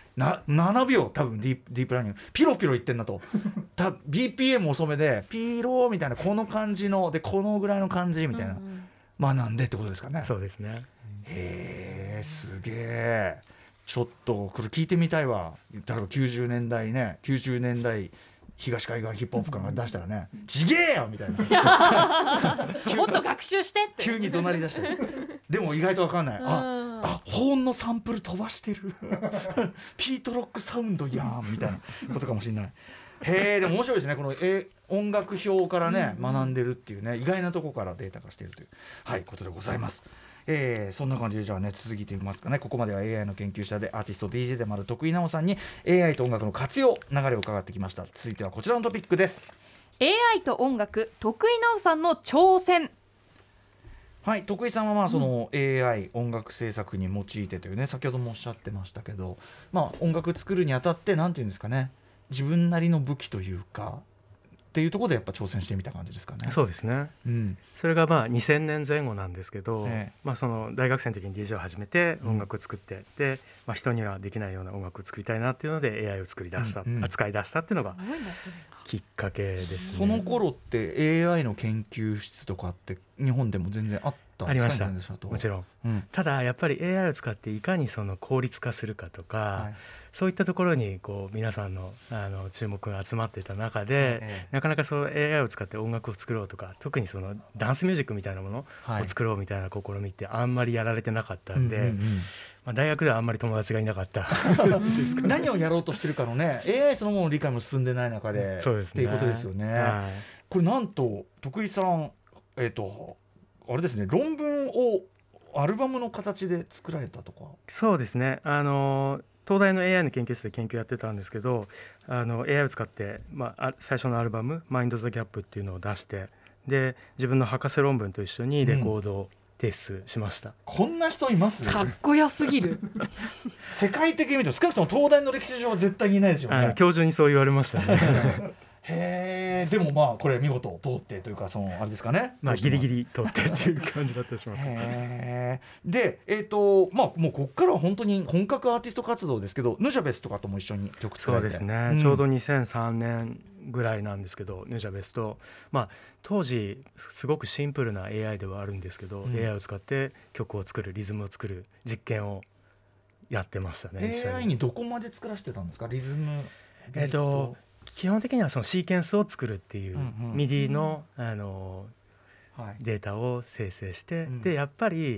[SPEAKER 2] 7秒多分ディープラーニングピロピロ言ってんなとBPM 遅めでピローみたいなこの感じのでこのぐらいの感じみたいな、学んでってことですかね。
[SPEAKER 4] そうですね。
[SPEAKER 2] すげえ、ちょっとこれ聞いてみたいわ。例えば90年代東海岸ヒップホップ感が出したらね、ちげえよみたいな
[SPEAKER 5] もっと学習してって
[SPEAKER 2] 急に怒鳴り出したりでも意外と分かんない、ホーンのサンプル飛ばしてるピートロックサウンドやんみたいなことかもしれない。でも面白いですね、この音楽表からね、学んでるっていうね、意外なところからデータ化しているということでございます。そんな感じでじゃあね続いてみますかね。ここまでは AI の研究者でアーティスト DJ でもある徳井直さんに AI と音楽の活用流れを伺ってきました。続いてはこちらのトピックです。
[SPEAKER 3] AI と音楽、徳井直さんの挑戦。
[SPEAKER 2] はい、徳井さんはその AI 音楽制作に用いてというね、先ほどもおっしゃってましたけど、音楽作るにあたってなんていうんですかね、自分なりの武器というかっていうところでやっぱ挑戦してみた感じですかね。
[SPEAKER 4] そうですね、それが2000年前後なんですけど、その大学生の時に DJ を始めて音楽を作って、で、人にはできないような音楽を作りたいなっていうので AI を作り出した、使い出したっていうのがきっかけですね。
[SPEAKER 2] その頃って AI の研究室とかって日本でも全然あったんですか？
[SPEAKER 4] ありました、もちろん、ただやっぱり AI を使っていかにその効率化するかとか、そういったところに皆さんの注目が集まっていた中で、なかなかそう AI を使って音楽を作ろうとか、特にそのダンスミュージックみたいなものを作ろうみたいな試みってあんまりやられてなかったんで、大学ではあんまり友達がいなかったですかね。
[SPEAKER 2] 何をやろうとしてるかのね AI そのものの理解も進んでない中でっていうことですよね。これなんと徳井さんあれですね、論文をアルバムの形で作られたとか。
[SPEAKER 4] そうですね、東大の AI の研究室で研究やってたんですけど、AI を使って、最初のアルバム「Mind the Gap」っていうのを出して、で自分の博士論文と一緒にレコードを提出しました、
[SPEAKER 2] こんな人います？
[SPEAKER 5] かっこよすぎる
[SPEAKER 2] 世界的に見ても少なくとも東大の歴史上は絶対にいないですよね。
[SPEAKER 4] 教授にそう言われましたね
[SPEAKER 2] でもこれ見事通ってというか、あれですかね、
[SPEAKER 4] ギリギリ通ってっていう感じだったりします。
[SPEAKER 2] でもうこっからは本当に本格アーティスト活動ですけど、ヌジャベスとかとも一緒に曲作られて。
[SPEAKER 4] そうですね、ちょうど2003年ぐらいなんですけど、ヌジャベスと、当時すごくシンプルな AI ではあるんですけど、AI を使って曲を作る、リズムを作る実験をやってましたね。
[SPEAKER 2] AI にどこまで作らせてたんですか？リズム、
[SPEAKER 4] 基本的にはそのシーケンスを作るっていう、MIDI の、データを生成して、でやっぱり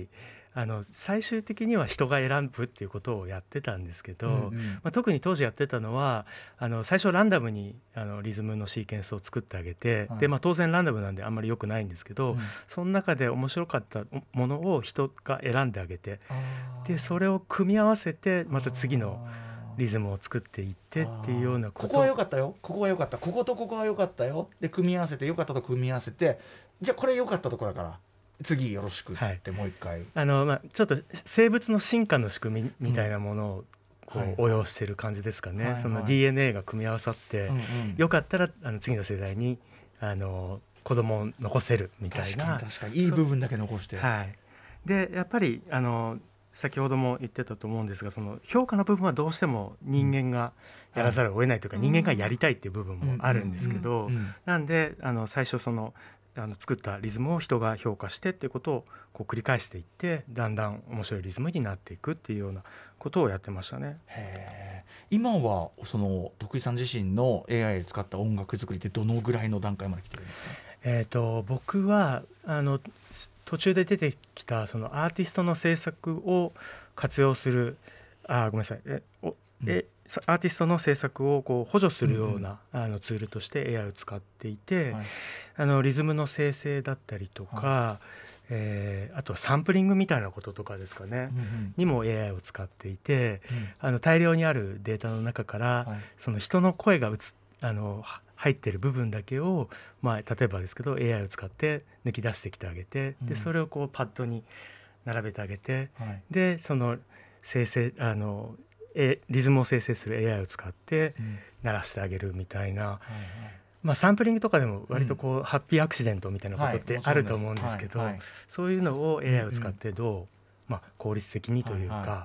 [SPEAKER 4] 最終的には人が選ぶっていうことをやってたんですけど、特に当時やってたのは最初ランダムにリズムのシーケンスを作ってあげて、で当然ランダムなんであんまり良くないんですけど、その中で面白かったものを人が選んであげて、でそれを組み合わせてまた次のリズムを作っていってっていうようなこと。
[SPEAKER 2] ここは良かったよ、ここは良かった、こことここは良かったよで組み合わせて、良かったと組み合わせて、じゃあこれ良かったとこだから次よろしくってもう一回、
[SPEAKER 4] ちょっと生物の進化の仕組みみたいなものをこう応用してる感じですかね、その DNA が組み合わさって、よかったら次の世代に子供を残せるみたいな。
[SPEAKER 2] 確かにいい部分だけ残して、
[SPEAKER 4] でやっぱり先ほども言ってたと思うんですが、その評価の部分はどうしても人間がやらざるを得ないというか、人間がやりたいっていう部分もあるんですけど、なんで最初作ったリズムを人が評価してっていうことをこう繰り返していって、だんだん面白いリズムになっていくっていうようなことをやってましたね。
[SPEAKER 2] 今はその徳井さん自身の AI で使った音楽作りってどのぐらいの段階まで来てるんですか？
[SPEAKER 4] 僕は途中で出てきたそのアーティストの制作を活用するごめんなさいアーティストの制作をこう補助するような、ツールとして AI を使っていて、リズムの生成だったりとか、あとはサンプリングみたいなこととかですかね、にも AI を使っていて、大量にあるデータの中から、その人の声が入ってる部分だけを、例えばですけど AI を使って抜き出してきてあげて、でそれをこうパッドに並べてあげて、でその生成リズムを生成する AI を使って鳴らしてあげるみたいな、サンプリングとかでも割とこう、ハッピーアクシデントみたいなことってあると思うんですけど、そういうのを AI を使ってどう、効率的にというか、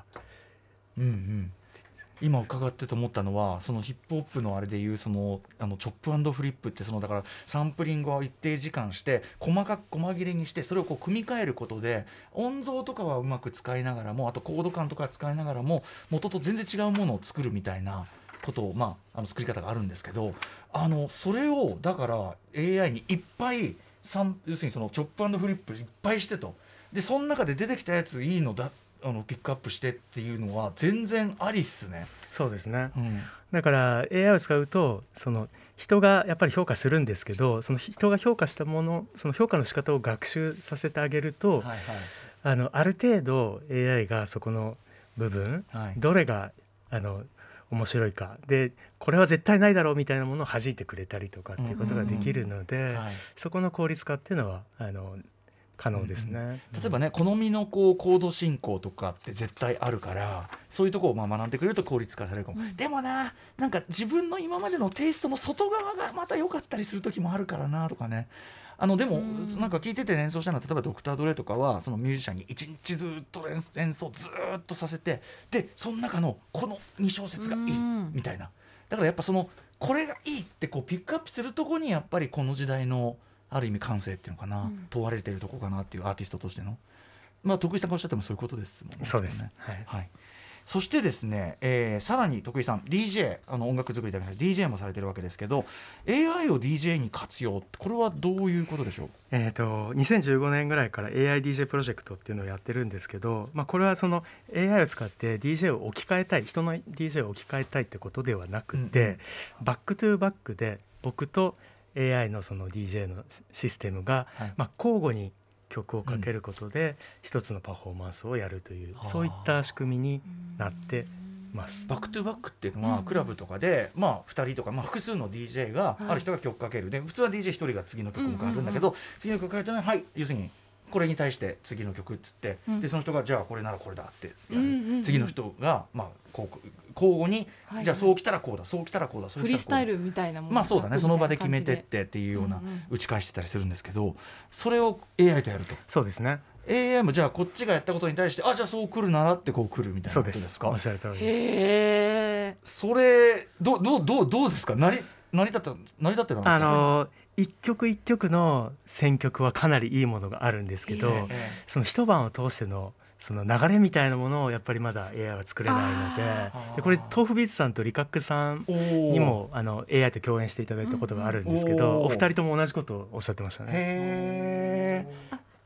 [SPEAKER 2] 今伺ってと思ったのは、そのヒップホップのあれでいうそのチョップ&フリップって、そのだからサンプリングを一定時間して細切れにして、それをこう組み替えることで音像とかはうまく使いながらも、あとコード感とか使いながらも元と全然違うものを作るみたいなことを、作り方があるんですけど、それをだから AI にいっぱい要するにそのチョップ&フリップいっぱいしてと、でその中で出てきたやついいのだピックアップしてっていうのは全然ありっすね。
[SPEAKER 4] そうですね、だから AI を使うとその人がやっぱり評価するんですけど、その人が評価したもの、その評価の仕方を学習させてあげると、ある程度 AI がそこの部分、どれが面白いかで、これは絶対ないだろうみたいなものを弾いてくれたりとかっていうことができるので、そこの効率化っていうのは可能ですね。
[SPEAKER 2] 例えばね、好みのコード進行とかって絶対あるから、そういうところを学んでくれると効率化されるかも、でもなんか自分の今までのテイストの外側がまた良かったりする時もあるからなとかね。でもなんか聞いてて演奏したのは、例えばドクター・ドレとかはそのミュージシャンに一日ずっと演奏ずっとさせて、でその中のこの2小節がいいみたいな、だからやっぱこれがいいってこうピックアップするところに、やっぱりこの時代のある意味感性っていうのかな、問われているところかなっていう、アーティストとしての、徳井さんがおっしゃってもそういうことですもんね。
[SPEAKER 4] そうです、
[SPEAKER 2] そしてですね、さらに徳井さん DJ 音楽作りだけで DJ もされてるわけですけど、 AI を DJ に活用、これはどういうことでしょう
[SPEAKER 4] ？2015年ぐらいから AIDJ プロジェクトっていうのをやってるんですけど、これはその AI を使って DJ を置き換えたい、人の DJ を置き換えたいってことではなくて、バックトゥバックで僕と AI のその DJ のシステムが、交互に曲をかけることで一つのパフォーマンスをやるという、そういった仕組みになってます。
[SPEAKER 2] バックトゥバックっていうのは、クラブとかで、2人とか、複数の DJ が、ある人が曲かけるで、普通は DJ1 人が次の曲もかけるんだけど、次の曲かけたのに、要するにこれに対して次の曲っつって、でその人がじゃあこれならこれだってやる、次の人が交互に、じゃあそう来たらこうだ、そう来たらこうだ、そう来たらこうだ、
[SPEAKER 5] フリースタイルみたいなもの、
[SPEAKER 2] そうだね、その場で決めてっていうような打ち返してたりするんですけど、それを AI とやると。
[SPEAKER 4] そうですね。
[SPEAKER 2] AI もじゃあこっちがやったことに対して、じゃあそう来るならってこう来るみたいなことですか？
[SPEAKER 4] おっしゃる通りです。
[SPEAKER 5] へー、
[SPEAKER 2] それどうですか？成り立ってたんですか？
[SPEAKER 4] 一曲一曲の選曲はかなりいいものがあるんですけど、その一晩を通してのその流れみたいなものをやっぱりまだ AI は作れないので、これ豆腐ビーツさんとリカックさんにもAI と共演していただいたことがあるんですけど、お二人とも同じことをおっしゃってましたね。
[SPEAKER 2] へ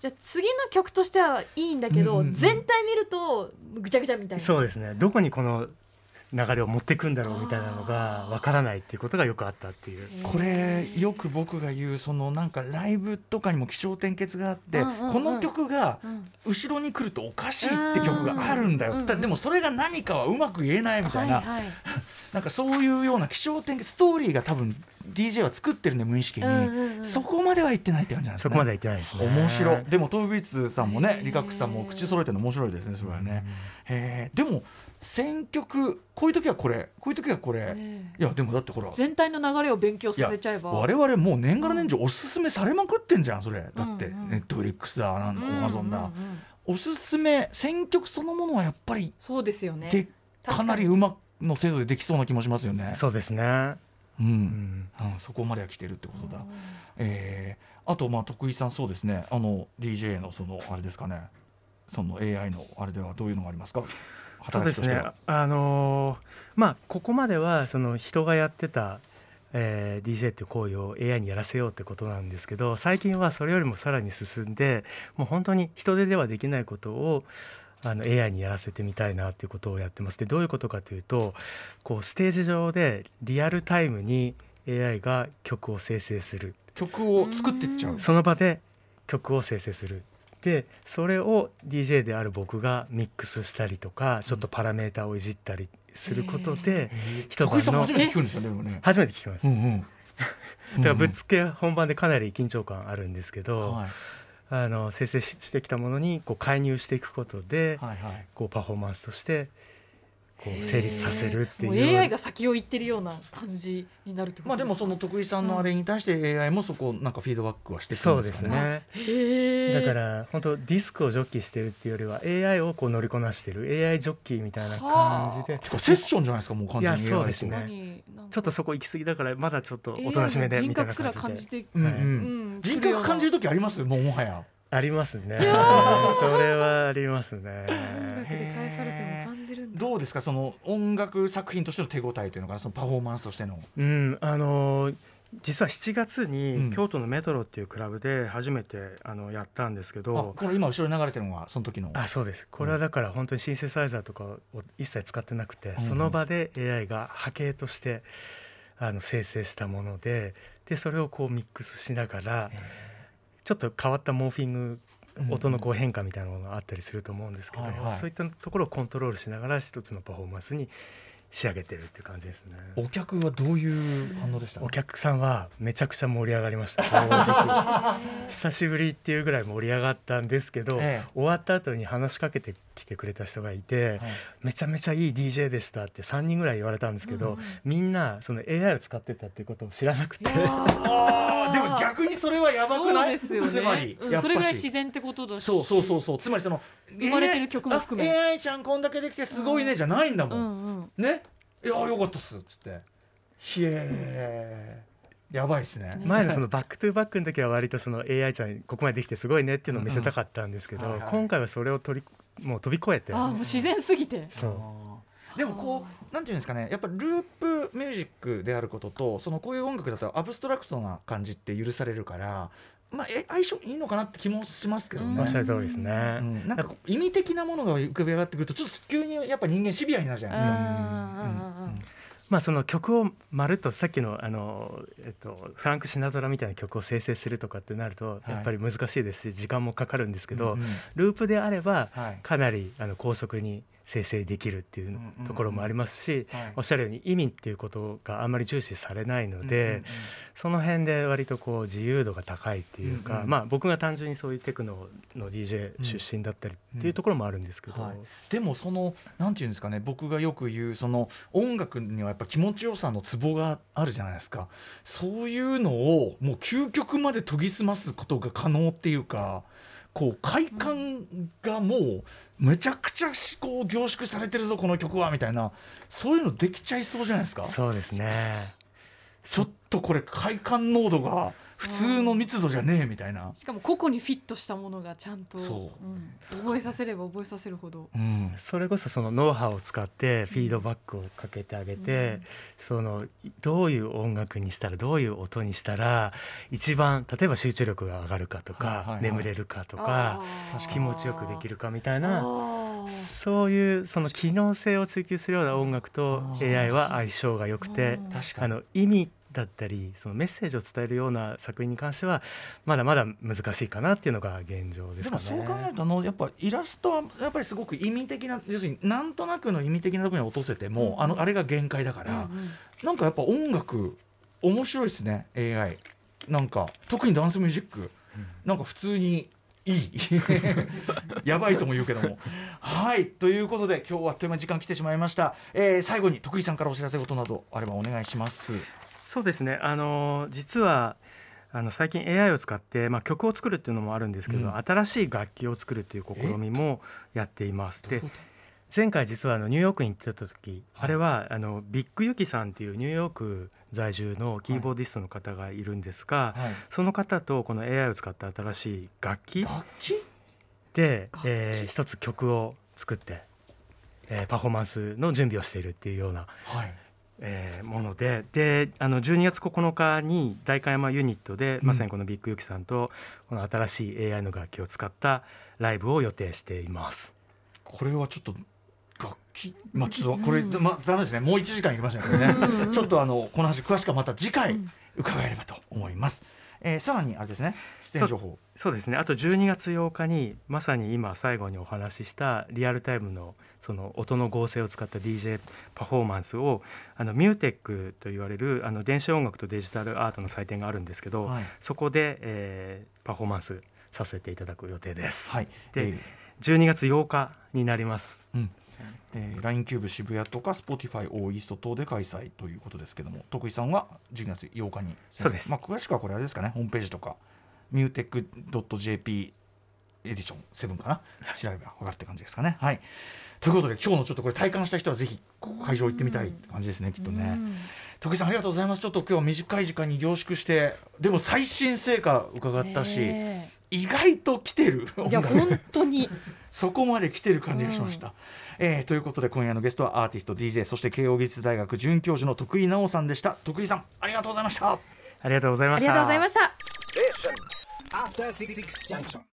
[SPEAKER 5] じゃあ次の曲としてはいいんだけど、全体見るとぐちゃぐちゃみたいな。
[SPEAKER 4] そうですね、どこにこの流れを持ってくんだろうみたいなのがわからないっていうことがよくあったっていう。
[SPEAKER 2] これよく僕が言うそのなんかライブとかにも起承転結があって、この曲が後ろに来るとおかしいって曲があるんだよ、でもそれが何かはうまく言えないみたいな、なんかそういうような起承転結ストーリーが多分 DJ は作ってるんで無意識に、そこまでは言ってないって感じなんですね。
[SPEAKER 4] そこまでは言ってないですね。
[SPEAKER 2] 面白い。でもトーフビーツさんもね、リカックさんも口揃えてるの面白いですね、それはね。でも選曲こういう時はこれ、こういう時はこれ、いやでもだってほら
[SPEAKER 5] 全体の流れを勉強させちゃえば、
[SPEAKER 2] 我々もう年がら年中おすすめされまくってんじゃんそれ。だってネットフリックスだなんだアマゾンだ、おすすめ選曲そのものはやっぱり
[SPEAKER 5] そうですよね。
[SPEAKER 2] でかなりうまくの精度でできそうな気もしますよね。
[SPEAKER 4] そうですね。
[SPEAKER 2] そこまでは来てるってことだ。あと徳井さんそうですね、DJ のそのあれですかね、その AI のあれではどういうのがありますか。
[SPEAKER 4] そうですね、ここまではその人がやってた、DJ っていう行為を AI にやらせようってことなんですけど、最近はそれよりもさらに進んで、もう本当に人手ではできないことをAI にやらせてみたいなっていうことをやってます。でどういうことかというと、こうステージ上でリアルタイムに AI が曲を生成する、
[SPEAKER 2] 曲を作っていっちゃう、
[SPEAKER 4] その場で曲を生成する。でそれを DJ である僕がミックスしたりとか、ちょっとパラメータをいじったりすることで、一晩の
[SPEAKER 2] 初めて聞くんですよね。
[SPEAKER 4] 初めて聞きます、だからぶっつけ本番でかなり緊張感あるんですけど、生成してきたものにこう介入していくことで、こうパフォーマンスとしてこう成立させるっていう、
[SPEAKER 5] もう AI が先を行ってるような感じになるってことですか。
[SPEAKER 2] でもその徳井さんのあれに対して AI もそこなんかフィードバックはしてくるんですかね。
[SPEAKER 4] そうですね。だから本当ディスクをジョッキしてるっていうよりは AI をこう乗りこなしてる AI ジョッキーみたいな感じで、
[SPEAKER 2] セッションじゃないですか、もう完全に AI
[SPEAKER 4] ですね。ちょっとそこ行き過ぎだからまだちょっとおとなしめでみたいな感じで、
[SPEAKER 5] 人格すら感じて、
[SPEAKER 2] 人格感じる時あります。もはや
[SPEAKER 4] ありますね。それはありますね。
[SPEAKER 5] 音楽で返されても感じるんだ。
[SPEAKER 2] どうですか、その音楽作品としての手応えというのかな、そのパフォーマンスとしての。
[SPEAKER 4] 実は7月に京都のメトロっていうクラブで初めてやったんですけど、
[SPEAKER 2] これ今後ろに流れてるのはその時の。
[SPEAKER 4] そうです。これはだから本当にシンセサイザーとかを一切使ってなくて、その場で AI が波形として生成したもので、それをこうミックスしながらちょっと変わったモーフィング、音のこう変化みたいなものがあったりすると思うんですけど、そういったところをコントロールしながら一つのパフォーマンスに仕上げてるっていう感じですね。
[SPEAKER 2] お客はどういう反応でしたか。
[SPEAKER 4] お客さんはめちゃくちゃ盛り上がりました。正直久しぶりっていうぐらい盛り上がったんですけど、終わった後に話しかけてきてくれた人がいて、めちゃめちゃいい DJ でしたって3人ぐらい言われたんですけど、みんなその AI を使ってたっていうことを知らなくてで
[SPEAKER 2] も逆にそれはやばくない？
[SPEAKER 5] そうですよね。
[SPEAKER 2] つまり
[SPEAKER 5] それぐらい自然ってことだし、
[SPEAKER 2] そうつまりその
[SPEAKER 5] 生まれてる曲も含め
[SPEAKER 2] AI ちゃんこんだけできてすごいねじゃないんだもん、ね。いやよかったっすっつって、やばいっすね。
[SPEAKER 4] 前のそのバックトゥバックの時は割とその AI ちゃんここまでできてすごいねっていうのを見せたかったんですけど、今回はそれをもう飛び越えて、
[SPEAKER 5] もう自然すぎて、
[SPEAKER 2] でもこうなんていうんですかね、やっぱループミュージックであることと、そのこういう音楽だとアブストラクトな感じって許されるから、相性いいのかなって気もしますけどね。
[SPEAKER 4] おっしゃる通りですね。
[SPEAKER 2] なんか意味的なものが浮かび上がってくるとちょっと急にやっぱ人間シビアになるじゃないですか。
[SPEAKER 4] その曲をまるっとさっきのフランク・シナトラみたいな曲を生成するとかってなるとやっぱり難しいですし時間もかかるんですけど、ループであればかなり高速に生成できるっていうところもありますし、おっしゃるように意味っていうことがあんまり重視されないので、その辺で割とこう自由度が高いっていうか、僕が単純にそういうテクノの DJ 出身だったりっていうところもあるんですけど、
[SPEAKER 2] でもそのなんていうんですかね、僕がよく言うその音楽にはやっぱ気持ちよさのツボがあるじゃないですか。そういうのをもう究極まで研ぎ澄ますことが可能っていうか、こう快感がもうめちゃくちゃこう凝縮されてるぞこの曲はみたいな、そういうのできちゃいそうじゃないですか。
[SPEAKER 4] そうですね。
[SPEAKER 2] ちょっとこれ快感濃度が普通の密度じゃねえみたいな、
[SPEAKER 5] しかも個々にフィットしたものがちゃんと、
[SPEAKER 2] そう、
[SPEAKER 5] 覚えさせれば覚えさせるほど、
[SPEAKER 4] それこそそのノウハウを使ってフィードバックをかけてあげて、そのどういう音楽にしたらどういう音にしたら一番例えば集中力が上がるかとか、眠れるかとか気持ちよくできるかみたいな、そういうその機能性を追求するような音楽と AI は相性が良くて、意味だったりそのメッセージを伝えるような作品に関してはまだまだ難しいかなっていうのが現状ですかね。
[SPEAKER 2] でもそう考えるとやっぱイラストはやっぱりすごく意味的な、要するになんとなくの意味的なところに落とせても、あれが限界だから、なんかやっぱ音楽面白いですね AI。 なんか特にダンスミュージック、なんか普通にいいやばいとも言うけどもはいということで今日はあっという間に時間来てしまいました。最後に徳井さんからお知らせことなどあればお願いします。
[SPEAKER 4] そうですね、実は最近 AI を使って、曲を作るっていうのもあるんですけど、新しい楽器を作るっていう試みもやっています。で前回実はニューヨークに行ってた時、あれはビッグユキさんっていうニューヨーク在住のキーボーディストの方がいるんですが、その方とこの AI を使った新しい楽器で、一つ曲を作って、パフォーマンスの準備をしているっていうような、もので、12月9日に代官山ユニットで、まさにこのビッグユキさんとこの新しい AI の楽器を使ったライブを予定しています。
[SPEAKER 2] これはちょっと楽器、ちょっとこれ、残念ですね、もう1時間いりましたねちょっとこの話詳しくはまた次回伺えればと思います。さらにあれですね、出演情報。
[SPEAKER 4] そうですね、あと12月8日にまさに今最後にお話ししたリアルタイムのその音の合成を使った DJ パフォーマンスをミューテックと言われる電子音楽とデジタルアートの祭典があるんですけど、そこで、パフォーマンスさせていただく予定です。で12月8日になります。
[SPEAKER 2] LINE キューブ渋谷とか Spotify オーイースト等で開催ということですけども、徳井さんは12月8日に。
[SPEAKER 4] そうです。
[SPEAKER 2] 詳しくはこれあれですかね、ホームページとか mutech.jp エディション7かな、調べれば分かるって感じですかね。はい、ということで今日のちょっとこれ体感した人はぜひここ会場行ってみたい感じですね、きっとね。徳井さんありがとうございます。ちょっと今日は短い時間に凝縮してでも最新成果伺ったし、意外と来てる、
[SPEAKER 5] いや本当に
[SPEAKER 2] そこまで来てる感じがしました。ということで今夜のゲストはアーティスト DJ そして慶応義塾大学准教授の徳井直さんでした。徳井さんありがとうございました。
[SPEAKER 4] ありがとうございました。
[SPEAKER 3] ありがとうございました。